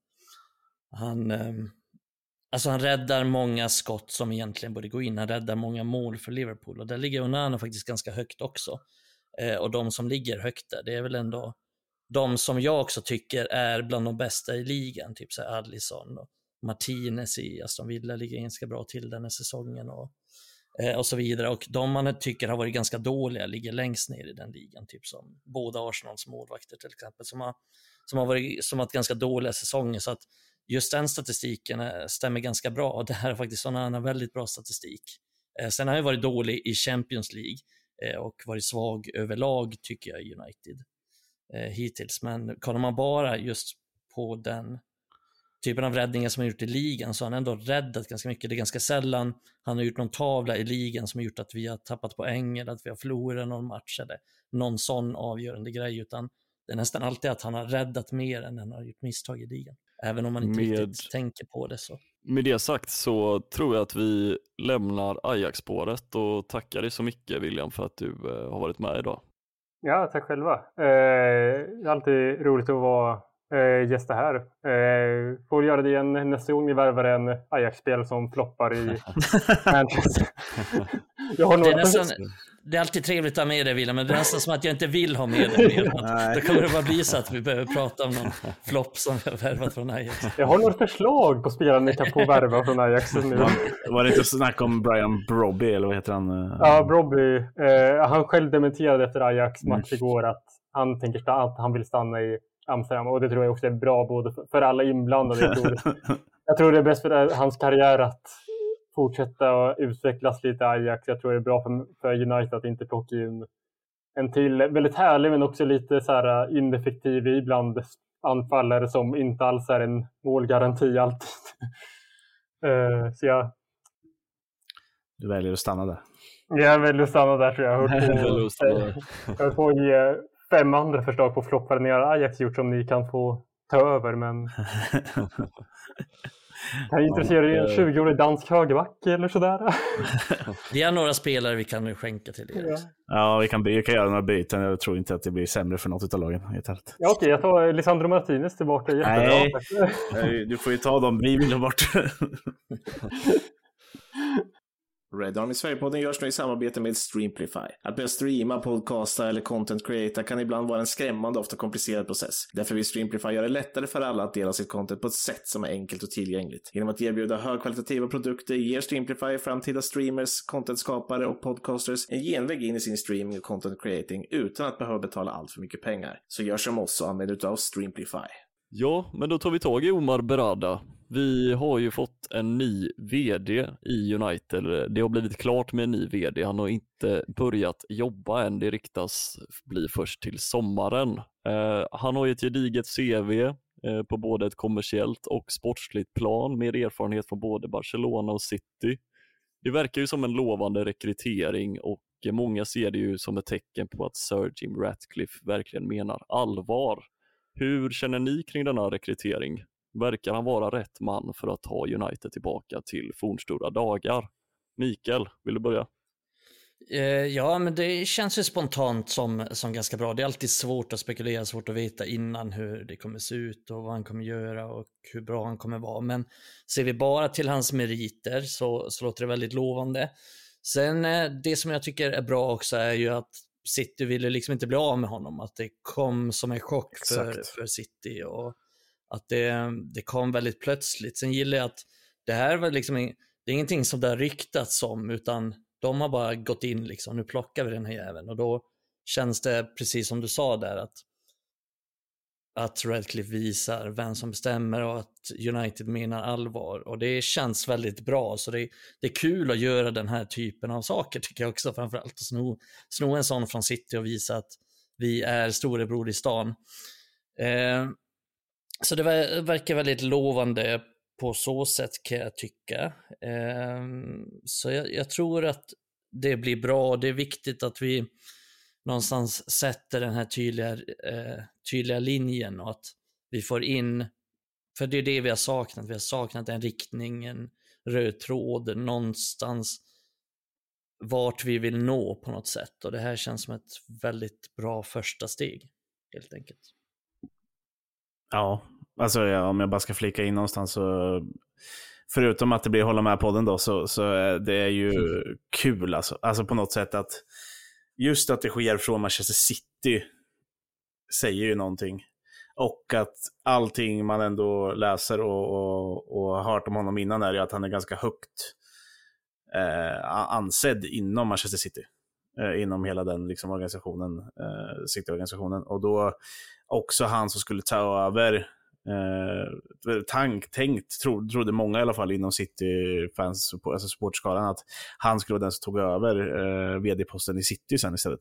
han räddar många skott som egentligen borde gå in. Han räddar många mål för Liverpool, och där ligger Onana faktiskt ganska högt också. Och de som ligger högt där, det är väl ändå de som jag också tycker är bland de bästa i ligan, typ så här Alisson och Martinez i Aston Villa ligger ganska bra till den här säsongen och så vidare. Och de man tycker har varit ganska dåliga ligger längst ner i den ligan, typ som båda Arsenals målvakter till exempel, som har ganska dåliga säsonger. Så att just den statistiken stämmer ganska bra, och det här är faktiskt sån en väldigt bra statistik. Sen har jag varit dålig i Champions League och varit svag överlag tycker jag i United hittills, men kollar man bara just på den typen av räddningar som han gjort i ligan, så har han ändå räddat ganska mycket. Det är ganska sällan han har gjort någon tavla i ligan som har gjort att vi har tappat poäng eller att vi har förlorat någon match eller någon sån avgörande grej, utan det är nästan alltid att han har räddat mer än han har gjort misstag i ligan, även om man inte riktigt tänker på det så. Med det sagt så tror jag att vi lämnar Ajax-spåret och tackar dig så mycket, William, för att du har varit med idag. Ja, tack själva. Det är alltid roligt att vara gäster här. Får göra det igen nästa gång vi värvar en Ajax-spel som floppar i Manchester. Det är alltid trevligt att ha med dig, William, men det är nästan som att jag inte vill ha med dig mer. Då kommer det bara bli så att vi behöver prata om någon flopp som vi har värvat från Ajax. Jag har några förslag på spelare ni kan få värva från Ajax nu. Var det inte snack om Brian Brobby, eller vad heter han? Ja, Brobby. Han själv dementerade efter Ajax match igår att han tänker att han vill stanna i Amsterdam, och det tror jag också är bra både för alla inblandade. Jag tror det är bäst för hans karriär att fortsätta och utvecklas lite Ajax. Jag tror det är bra för United att inte plocka in en till väldigt härlig men också lite så här ineffektiv ibland anfallare som inte alls är en målgaranti alltid. Så Du väljer att stanna där. Jag väljer att stanna där, tror jag. Jag har på att ge 5 andra förslag på floppar ni har Ajax gjort som ni kan få ta över, men kan jag intressera er en 20-årig dansk högerback eller sådär? Vi har några spelare vi kan skänka till er. Ja, vi kan göra några byten. Jag tror inte att det blir sämre för något av lagen. Ja, okej, jag tar Lisandro Martinez tillbaka. Nej, du får ju ta dem. Vi vill bort. Red Army Sverigepodden görs nu i samarbete med Streamplify. Att börja streama, podcasta eller content creata kan ibland vara en skrämmande och ofta komplicerad process. Därför vill Streamplify göra det lättare för alla att dela sitt content på ett sätt som är enkelt och tillgängligt. Genom att erbjuda högkvalitativa produkter ger Streamplify framtida streamers, contentskapare och podcasters en genväg in i sin streaming och content creating utan att behöva betala allt för mycket pengar. Så gör som oss och använd utav Streamplify. Ja, men då tar vi tag i Omar Berrada. Vi har ju fått en ny vd i United. Det har blivit klart med en ny vd. Han har inte börjat jobba än. Det riktas bli först till sommaren. Han har ju ett gediget CV på både ett kommersiellt och sportsligt plan med erfarenhet från både Barcelona och City. Det verkar ju som en lovande rekrytering, och många ser det ju som ett tecken på att Sir Jim Ratcliffe verkligen menar allvar. Hur känner ni kring denna rekrytering? Verkar han vara rätt man för att ta United tillbaka till fornstora dagar? Mikael, vill du börja? Ja, men det känns ju spontant som ganska bra. Det är alltid svårt att spekulera, svårt att veta innan hur det kommer se ut och vad han kommer göra och hur bra han kommer vara. Men ser vi bara till hans meriter så låter det väldigt lovande. Sen det som jag tycker är bra också är ju att City ville liksom inte bli av med honom. Att det kom som en chock för City och att det kom väldigt plötsligt. Sen gillar jag att det här var liksom det är ingenting som det har ryktats om, utan de har bara gått in liksom, nu plockar vi den här jäveln, och då känns det precis som du sa där att Radcliffe visar vem som bestämmer och att United menar allvar, och det känns väldigt bra. Så det är kul att göra den här typen av saker, tycker jag också, framförallt att sno en sån från City och visa att vi är storebror i stan. Så det verkar väldigt lovande på så sätt, kan jag tycka. Så jag tror att det blir bra. Det är viktigt att vi någonstans sätter den här tydliga linjen, och att vi får in, för det är det vi har saknat. Vi har saknat en riktning, röd tråd någonstans vart vi vill nå på något sätt, och det här känns som ett väldigt bra första steg helt enkelt. Ja, alltså om jag bara ska flika in någonstans, så förutom att det blir hålla med podden då, så det är ju kul alltså på något sätt att just att det sker från Manchester City säger ju någonting. Och att allting man ändå läser och har hört om honom innan är ju att han är ganska högt ansedd inom Manchester City. Inom hela den liksom organisationen, City-organisationen. Och då också han som skulle ta över, trodde många i alla fall inom City-fans, alltså supportskaran, att han skulle vara den som tog över vd-posten i City sen istället.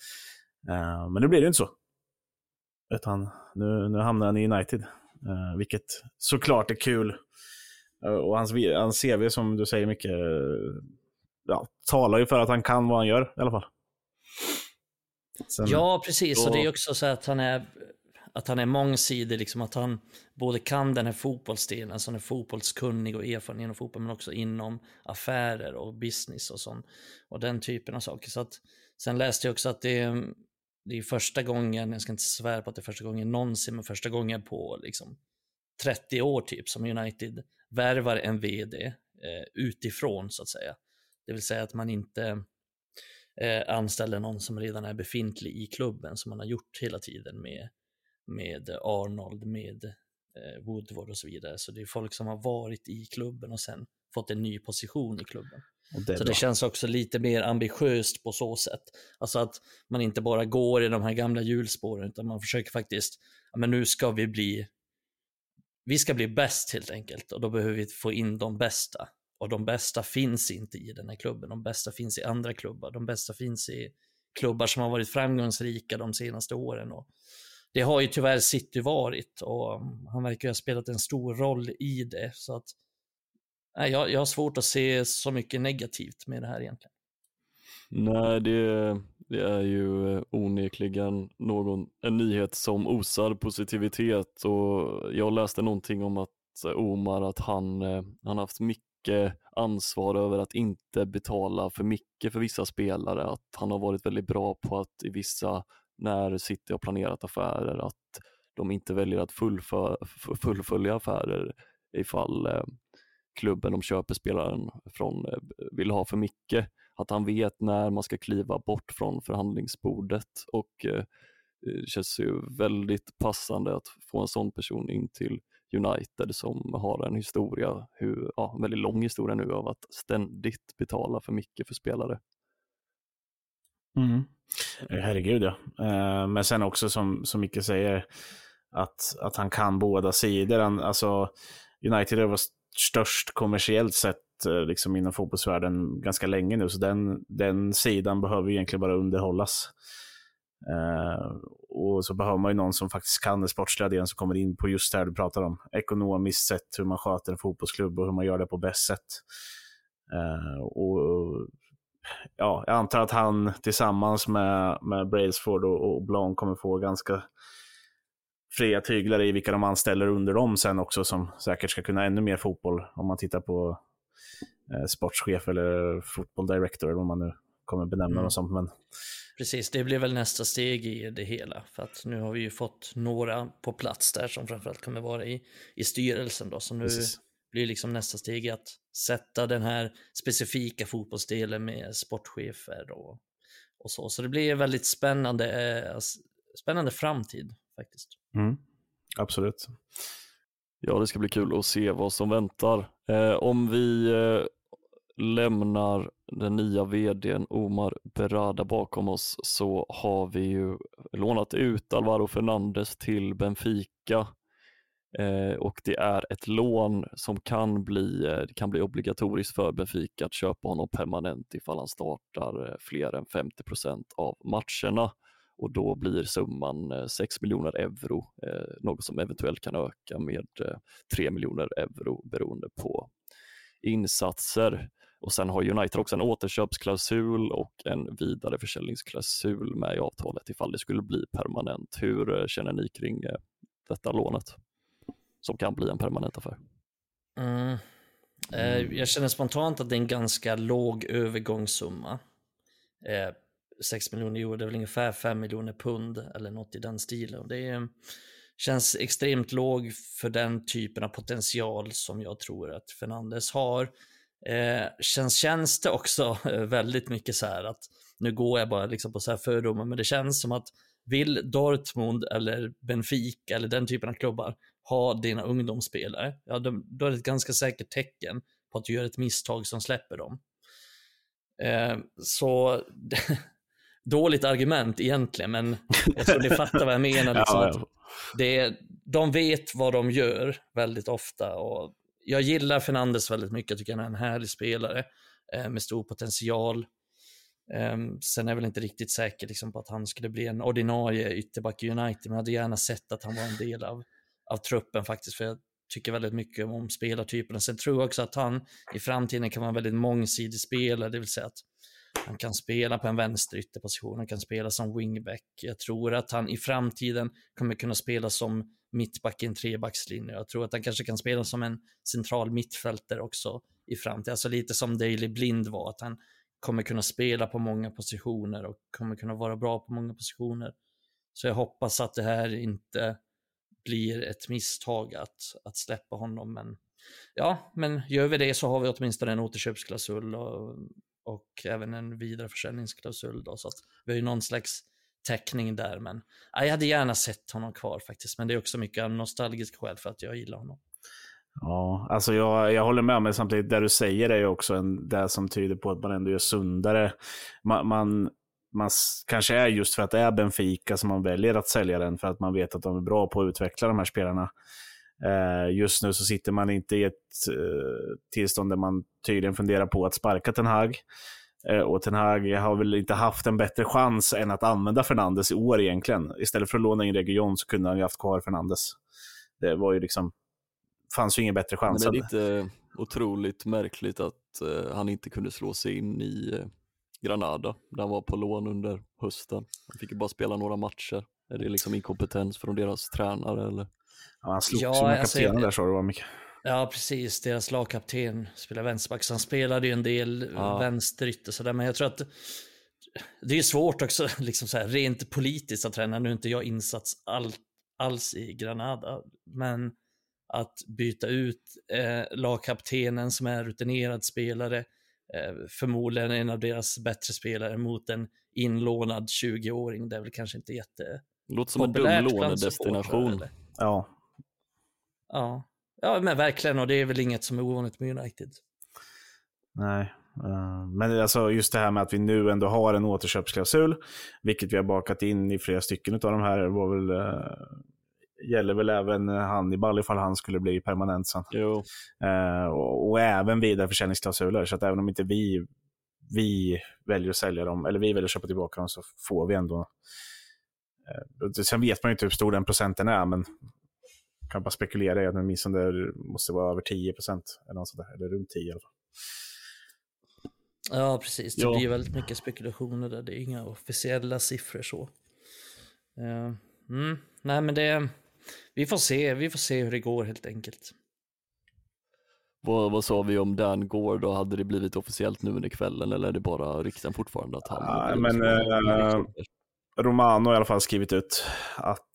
Men nu blir det inte så. Utan nu hamnar han i United, vilket såklart är kul. Och hans CV, som du säger mycket, talar ju för att han kan vad han gör i alla fall. Sen, ja, precis. Och det är också så att han är mångsidig, liksom att han både kan den här fotbollsdelen, alltså han är fotbollskunnig och erfaren inom fotboll, men också inom affärer och business och sånt, och den typen av saker. Så att, sen läste jag också att det är första gången, jag ska inte svära på att det är första gången någonsin, men första gången på liksom 30 år typ som United värvar en vd utifrån, så att säga. Det vill säga att man inte anställer någon som redan är befintlig i klubben, som man har gjort hela tiden med Arnold, med Woodward och så vidare. Så det är folk som har varit i klubben och sen fått en ny position i klubben. Så det känns också lite mer ambitiöst på så sätt. Alltså att man inte bara går i de här gamla hjulspåren, utan man försöker faktiskt, men nu ska vi ska bli bäst helt enkelt, och då behöver vi få in de bästa. Och de bästa finns inte i den här klubben, de bästa finns i andra klubbar, de bästa finns i klubbar som har varit framgångsrika de senaste åren. Och det har ju tyvärr City varit, och han verkar ha spelat en stor roll i det. Så att jag har svårt att se så mycket negativt med det här egentligen. Nej, det är ju onekligen en nyhet som osar positivitet, och jag läste någonting om att Omar, att han haft mycket ansvar över att inte betala för mycket för vissa spelare, att han har varit väldigt bra på att i vissa, när City har planerat affärer, att de inte väljer att fullfölja affärer ifall klubben de köper spelaren från vill ha för mycket, att han vet när man ska kliva bort från förhandlingsbordet, och det känns ju väldigt passande att få en sån person in till United som har en historia, en väldigt lång historia nu av att ständigt betala för mycket för spelare. Herregud, ja. Men sen också som Micke säger, att han kan båda sidor. Alltså United har varit störst kommersiellt sett liksom inom fotbollsvärlden ganska länge nu, så den sidan behöver egentligen bara underhållas. Och så behöver man ju någon som faktiskt kan den sportsliga delen, som kommer in på just det här du pratar om, ekonomiskt sett, hur man sköter en fotbollsklubb och hur man gör det på bäst sätt. Och jag antar att han tillsammans med Brailsford och Blanc kommer få ganska fria tyglar i vilka de anställer under dem sen också, som säkert ska kunna ännu mer fotboll, om man tittar på sportschef eller football director eller vad man nu kommer benämna något sånt. Men precis, det blir väl nästa steg i det hela, för att nu har vi ju fått några på plats där som framförallt kommer vara i styrelsen då, så nu blir liksom nästa steg att sätta den här specifika fotbollsdelen med sportchefer och så det blir väldigt spännande framtid faktiskt. Absolut. Ja, det ska bli kul att se vad som väntar. Om vi lämnar den nya vdn Omar Berrada bakom oss, så har vi ju lånat ut Alvaro Fernandes till Benfica, och det är ett lån som kan bli obligatoriskt för Benfica att köpa honom permanent ifall han startar fler än 50% av matcherna, och då blir summan 6 miljoner euro, något som eventuellt kan öka med 3 miljoner euro beroende på insatser. Och sen har United också en återköpsklausul och en vidareförsäljningsklausul med i avtalet ifall det skulle bli permanent. Hur känner ni kring detta lånet som kan bli en permanent affär? Jag känner spontant att det är en ganska låg övergångssumma. 6 miljoner euro, det är väl ungefär 5 miljoner pund eller något i den stilen. Det känns extremt låg för den typen av potential som jag tror att Fernandes har. Känns det också väldigt mycket så här att, nu går jag bara liksom på så här fördomar, men det känns som att vill Dortmund eller Benfica eller den typen av klubbar ha dina ungdomsspelare, ja, då är det ett ganska säkert tecken på att du gör ett misstag som släpper dem. Så dåligt argument egentligen, men jag tror ni fattar vad jag menar. Liksom, de vet vad de gör väldigt ofta, och jag gillar Fernandes väldigt mycket. Jag tycker han är en härlig spelare med stor potential. Sen är jag väl inte riktigt säker liksom, på att han skulle bli en ordinarie ytterback i United, men jag hade gärna sett att han var en del av truppen faktiskt, för jag tycker väldigt mycket om spelartypen. Sen tror jag också att han i framtiden kan vara en väldigt mångsidig spelare, det vill säga att han kan spela på en vänster ytterposition, han kan spela som wingback. Jag tror att han i framtiden kommer kunna spela som mittback i en trebackslinje. Jag tror att han kanske kan spela som en central mittfältare också i framtiden. Alltså lite som Daley Blind var, att han kommer kunna spela på många positioner och kommer kunna vara bra på många positioner. Så jag hoppas att det här inte blir ett misstag att släppa honom. Men gör vi det så har vi åtminstone en återköpsklausul och även en vidareförsäljningsklausul då, så att vi har ju någon slags täckning där. Men jag hade gärna sett honom kvar faktiskt, men det är också mycket nostalgisk skäl för att jag gillar honom. Ja, alltså jag håller med, men samtidigt det du säger är ju också det som tyder på att man ändå är sundare. Man kanske är just för att det är Benfica som man väljer att sälja den, för att man vet att de är bra på att utveckla de här spelarna. Just nu så sitter man inte i ett tillstånd där man tydligen funderar på att sparka Ten Hag. Och Ten Hag har väl inte haft en bättre chans än att använda Fernandes i år egentligen. Istället för att låna in Region så kunde han ju haft kvar Fernandes. Det var ju liksom, fanns ju ingen bättre chans. Men det är lite otroligt märkligt att han inte kunde slå sig in i Granada där han var på lån under hösten. Han fick ju bara spela några matcher. Är det liksom inkompetens från deras tränare eller? Ja, han slog som en kapten där, så det var mycket. Ja, precis. Deras lagkapten spelar vänsterback, så han spelade ju en del vänsterytter sådär, men jag tror att det är svårt också liksom så här, rent politiskt att träna. Nu är inte jag insats alls i Granada, men att byta ut lagkaptenen som är rutinerad spelare, förmodligen en av deras bättre spelare, mot en inlånad 20-åring, det är väl kanske inte jätte. Låter som en dum lånedestination. Ja, men verkligen, och det är väl inget som är ovanligt med United. Nej, men alltså just det här med att vi nu ändå har en återköpsklausul, vilket vi har bakat in i flera stycken av de här, var väl gäller väl även Hannibal ifall han skulle bli permanent sen. Och även vidareförsäljningsklausuler, så att även om inte vi väljer att sälja dem, eller vi väljer att köpa tillbaka dem, så får vi ändå. Sen vet man ju inte hur stor den procenten är, men kan bara spekulera i att minst det måste vara över 10% eller något sådär, eller runt 10 i alla fall. Ja, precis. Det blir väldigt mycket spekulationer där. Det är inga officiella siffror så. Nej, men vi får se hur det går helt enkelt. Vad sa vi om Dan Gore då? Hade det blivit officiellt nu under kvällen, eller är det bara rykten fortfarande att han... Romano har i alla fall skrivit ut att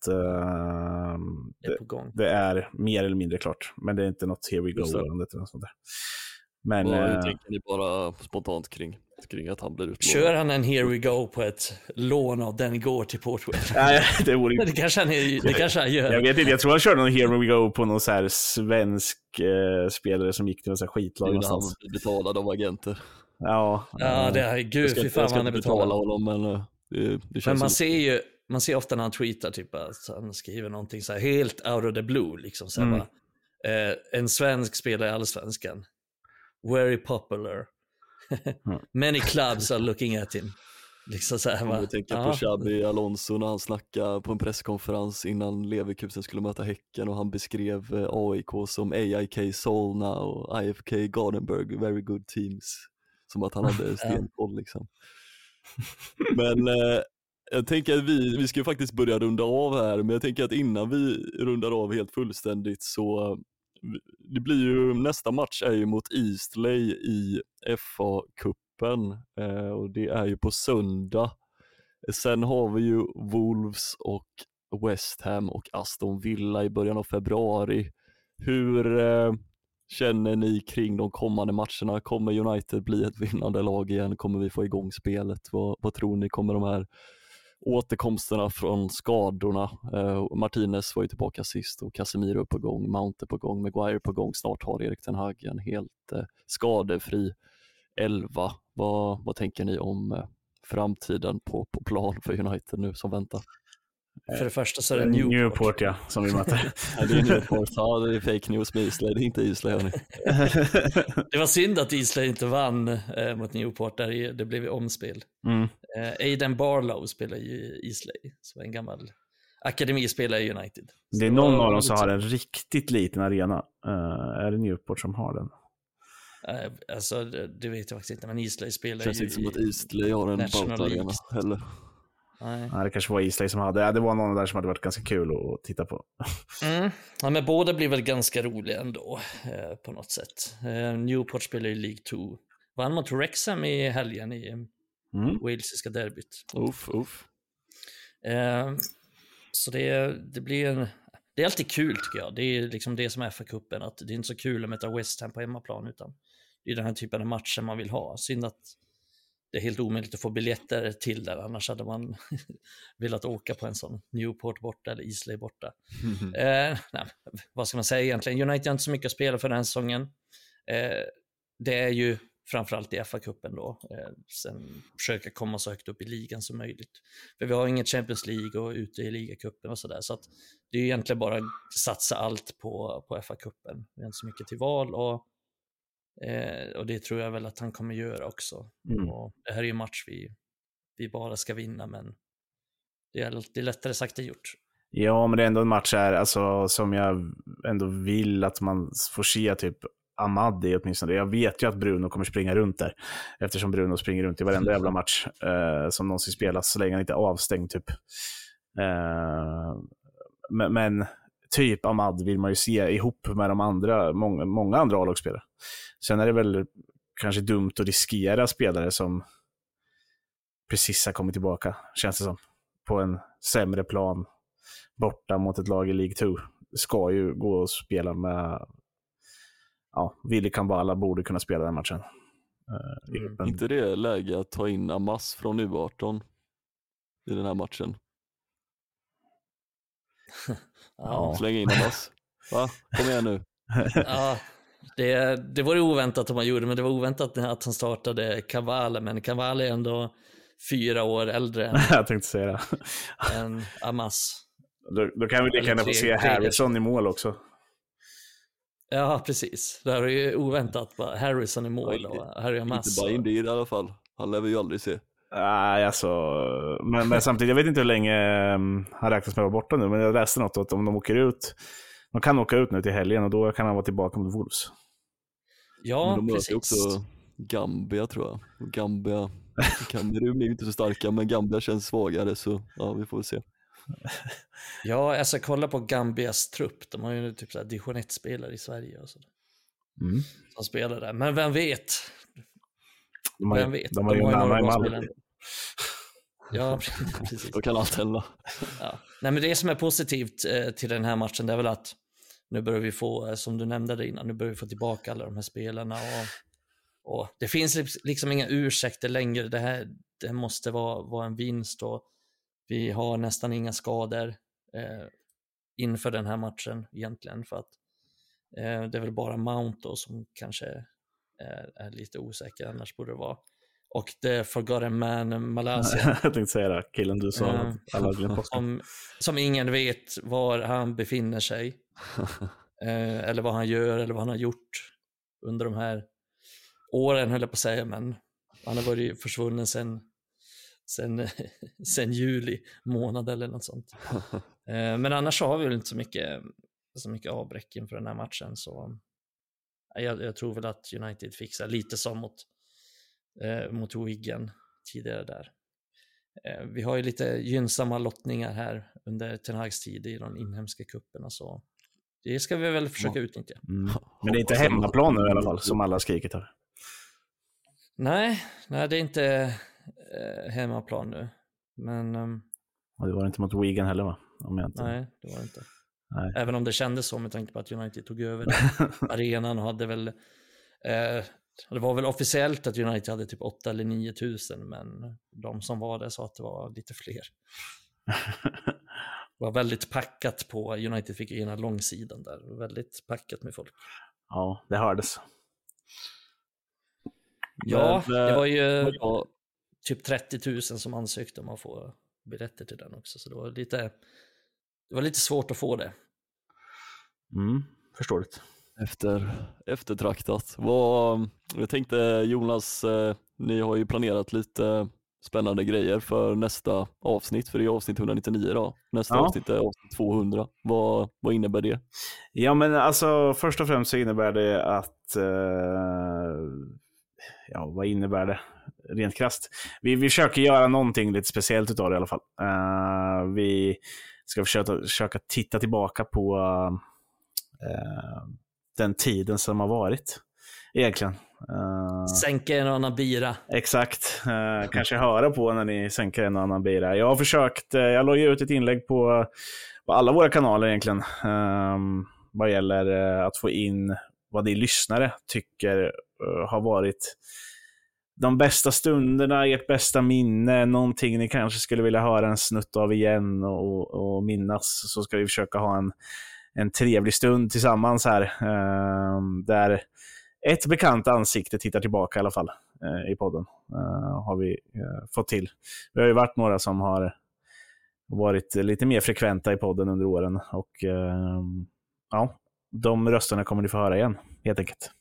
det är mer eller mindre klart. Men det är inte något here we go eller något sånt där. Men hur tänker ni bara spontant kring att han blir utlånad? Kör han en here we go på ett lån av den går till Portugal? Nej, det vore inte. Det kanske han gör. Jag vet inte, jag tror han körde någon here we go på någon så här svensk spelare som gick till en så här skitlag någonstans. Han betalad av agenter. Ja, det är gud, fy fan han är betalad. Honom, men men man ser ofta när han tweetar typ att han skriver någonting så här helt out of the blue liksom så här, bara, en svensk spelare i Allsvenskan, very popular, many clubs are looking at him, liksom så här, jag tänker på Xabi Alonso när han snackade på en presskonferens innan Leverkusen skulle möta Häcken, och han beskrev AIK som AIK Solna och IFK Gothenburg, very good teams, som att han hade stenkoll liksom. Men jag tänker att vi ska ju faktiskt börja runda av här, men jag tänker att innan vi rundar av helt fullständigt så det blir ju, nästa match är ju mot Eastleigh i FA-cupen och det är ju på söndag. Sen har vi ju Wolves och West Ham och Aston Villa i början av februari. Hur känner ni kring de kommande matcherna? Kommer United bli ett vinnande lag igen? Kommer vi få igång spelet? Vad tror ni? Kommer de här återkomsterna från skadorna? Martinez var ju tillbaka sist och Casemiro är på gång, Mount är på gång, Maguire på gång. Snart har Erik ten Hag en helt skadefri 11. Vad tänker ni om framtiden på plan för United nu som väntar? För det första så är det Newport ja, som vi möter. Ja, det är Newport, ja, det är fake news med Eastleigh, det är inte Eastleigh hörni. Det var synd att Eastleigh inte vann mot Newport, där det blev omspel. Aidan Barlow spelar ju Eastleigh, som är en gammal akademispelare i United. Det är någon av dem som har en riktigt liten arena. Är det Newport som har den? Alltså det vet jag faktiskt inte, men Eastleigh spelar känns ju inte som att Eastleigh har en Bout-arena heller. Nej. Ja, det kanske var Eastleigh som hade. Det var någon där som hade varit ganska kul att titta på. Ja, men båda blir väl ganska roliga ändå på något sätt. Newport spelar i League 2. Vann mot Wrexham i helgen i walesiska derbyt. Uff. Så det blir det är alltid kul tycker jag. Det är liksom det som är FA-cupen, att det är inte så kul att möta West Ham på hemmaplan, utan det är den här typen av matcher man vill ha. Synd att det är helt omöjligt att få biljetter till där, annars hade man velat åka på en sån Newport borta eller Eastleigh borta. Nej, vad ska man säga egentligen? United har inte så mycket att spela för den här säsongen. Det är ju framförallt i FA-cupen då. Sen försöka komma så högt upp i ligan som möjligt. För vi har inget Champions League och ute i ligacupen och sådär. Så att det är egentligen bara satsa allt på FA-cupen. Vi har inte så mycket till val och det tror jag väl att han kommer göra också. Och det här är ju en match vi bara ska vinna, men det är lättare sagt än gjort. Ja, men det är ändå en match här, alltså, som jag ändå vill att man får se typ Ahmad i åtminstone. Jag vet ju att Bruno kommer springa runt där, eftersom Bruno springer runt i varenda jävla match som någonsin spelas, så länge han inte är avstängd typ. Men typ Ahmad vill man ju se ihop med de andra, många andra A-lagsspelare. Sen är det väl kanske dumt att riskera spelare som precis har kommit tillbaka, känns det som, på en sämre plan borta mot ett lag i League 2. Det ska ju gå och spela med, ja, Willy Kambala borde kunna spela den matchen. Inte det läge att ta in Amas från U18 i den här matchen? Ja. Släng in Amas. Va? Kom igen nu. Ja, det var ju oväntat att man gjorde, men det var oväntat att han startade Cavale, men Cavale är ändå 4 år äldre jag tänkte säga det. än Amas. Då kan vi lika gärna få se Harrison i mål också. Ja, precis. Det är ju oväntat bara Harrison i mål och Harry Amas. Inte bara Indy i alla fall. Han lär vi ju aldrig se. Nej, alltså, men samtidigt, jag vet inte hur länge han räknas med att vara borta nu, men jag läste något att om de åker ut, de kan åka ut nu till helgen och då kan han vara tillbaka mot Wolves. Ja, men de precis. möter också Gambia tror jag. Kamerun är ju inte så starka, men Gambia känns svagare, så ja, vi får väl se. Ja, alltså kolla på Gambias trupp. De har ju typ såhär division 1-spelare i Sverige och sådär. Som spelar där. Men vem vet? De har ju några bra spelare. Ja, precis. Då kan allt hända. Ja. Nej, men det som är positivt till den här matchen, det är väl att nu börjar vi få, som du nämnde där innan, nu börjar vi få tillbaka alla de här spelarna och det finns liksom inga ursäkter längre. Det måste vara en vinst och vi har nästan inga skador inför den här matchen egentligen, för att det är väl bara Mount då som kanske är lite osäker, annars borde det vara. Och det Forgotten Man Malaysia. Jag tänkte säga det, killen du sa alla glömt som ingen vet var han befinner sig. Eller vad han gör eller vad han har gjort under de här åren, höll jag på att säga, men han har varit försvunnen sen juli månad eller något sånt. Men annars så har vi väl inte så mycket avbräck inför den här matchen, så jag tror väl att United fixar lite som mot Wigan tidigare där. Vi har ju lite gynnsamma lottningar här under Ten Hags tid i de inhemska kupperna, så det ska vi väl försöka utnyttja. Men det är inte hemmaplan nu i alla fall, som alla skrikit här. Nej, det är inte hemmaplan nu. Men... Och det var inte mot Wigan heller, va? Om jag inte... Nej, det var det inte. Nej. Även om det kändes så med tanke på att United tog över arenan och hade väl... det var väl officiellt att United hade typ 8 eller 9 000, men de som var där sa att det var lite fler. Det var väldigt packat på, United fick ena långsidan där. Det var väldigt packat med folk. Ja, det hördes. Ja, det var ju typ 30 000 som ansökte om att få biljetter till den också. Så det var lite svårt att få det. Förståeligt. Eftertraktat. Jag tänkte, Jonas, ni har ju planerat lite spännande grejer för nästa avsnitt, för det är avsnitt 199 då. Nästa avsnitt är avsnitt 200. Vad innebär det? Ja, men alltså först och främst så innebär det att vad innebär det rent krasst? Vi försöker göra någonting lite speciellt utav det i alla fall. Vi ska försöka titta tillbaka på den tiden som har varit egentligen. Sänka en och annan bira. Exakt. Kanske höra på när ni sänker en och annan bira. Jag har försökt, jag la ju ut ett inlägg på alla våra kanaler egentligen, vad gäller att få in vad ni lyssnare tycker har varit de bästa stunderna, ert bästa minne, någonting ni kanske skulle vilja höra en snutt av igen och minnas. Så ska vi försöka ha en trevlig stund tillsammans här, där ett bekant ansikte tittar tillbaka i alla fall i podden, har vi fått till. Vi har ju varit några som har varit lite mer frekventa i podden under åren, och de rösterna kommer ni få höra igen, helt enkelt.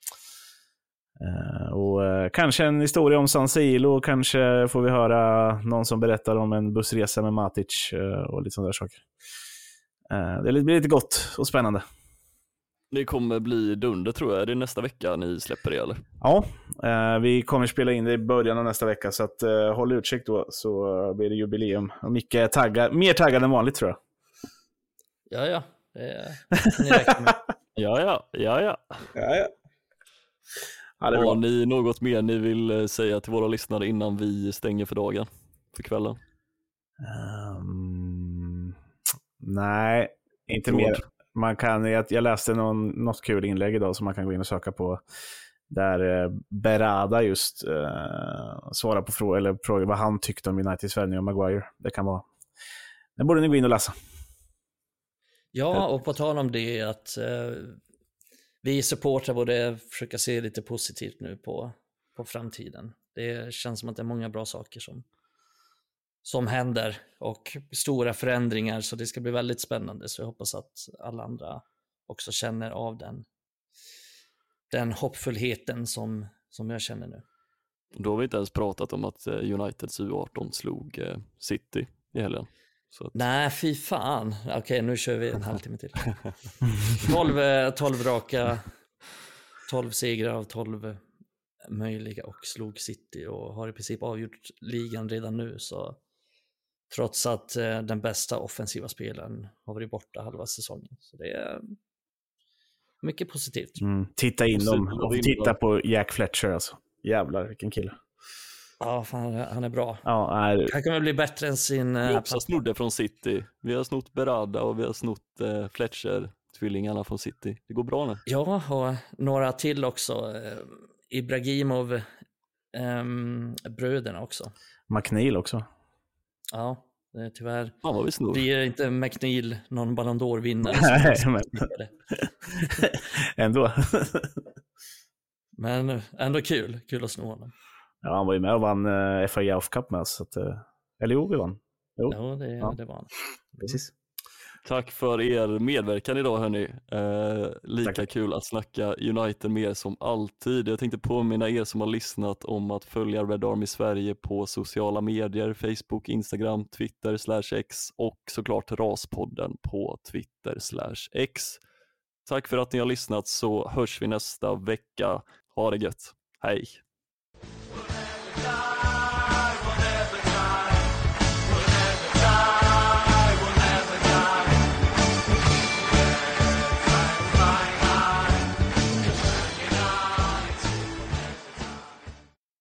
Och kanske en historia om San Siro, kanske får vi höra någon som berättar om en bussresa med Matic och lite sådana där saker. Det blir lite gott och spännande. Det kommer bli dunder, tror jag. Det är nästa vecka ni släpper det, eller? Ja, vi kommer spela in det i början av nästa vecka, så att håll utkik då, så blir det jubileum. Och Micke är mer taggad än vanligt, tror jag. Ja. Ni räknar med. Ja. Har ni något mer ni vill säga till våra lyssnare innan vi stänger för dagen, för kvällen? Nej, inte mer. Jag läste något kul inlägg idag som man kan gå in och söka på, där Berada just svarar på frågor vad han tyckte om Uniteds värvning av Maguire. Det borde ni gå in och läsa. Ja, och på tal om det, att vi supportrar borde försöka se lite positivt nu på framtiden. Det känns som att det är många bra saker som händer och stora förändringar, så det ska bli väldigt spännande. Så jag hoppas att alla andra också känner av den hoppfullheten som jag känner nu. Då har vi inte ens pratat om att Uniteds U18 slog City i helgen. Så att... Nej, fy fan. Okej, nu kör vi en halvtimme till. 12 raka, 12 segrar av 12 möjliga och slog City och har i princip avgjort ligan redan nu, så trots att den bästa offensiva spelaren har varit borta halva säsongen. Så det är mycket positivt. Titta in dem och titta på Jack Fletcher alltså. Jävlar, vilken kille. Ja, fan, han är bra. Ja, han kommer bli bättre än sin... Vi också snodde från City. Vi har snott Berada och vi har snott Fletcher, tvillingarna från City. Det går bra nu. Ja, och några till också. Ibrahimov, bröderna också. McNeil också. Ja, tyvärr vad vi snor. Blir inte McNeil någon Ballon d'Or-vinnare. Nej, ändå. Men ändå kul att sno honom. Ja, han var ju med och vann FA Youth Cup med oss. Så att, eller jo, vi vann. Jo. Ja, det var han. Precis. Tack för er medverkan idag, hörni. Lika Tack. Kul att snacka United med er som alltid. Jag tänkte påminna er som har lyssnat om att följa Red Army Sverige på sociala medier, Facebook, Instagram, Twitter/X och såklart Raspodden på Twitter/X. Tack för att ni har lyssnat, så hörs vi nästa vecka. Ha det gött. Hej!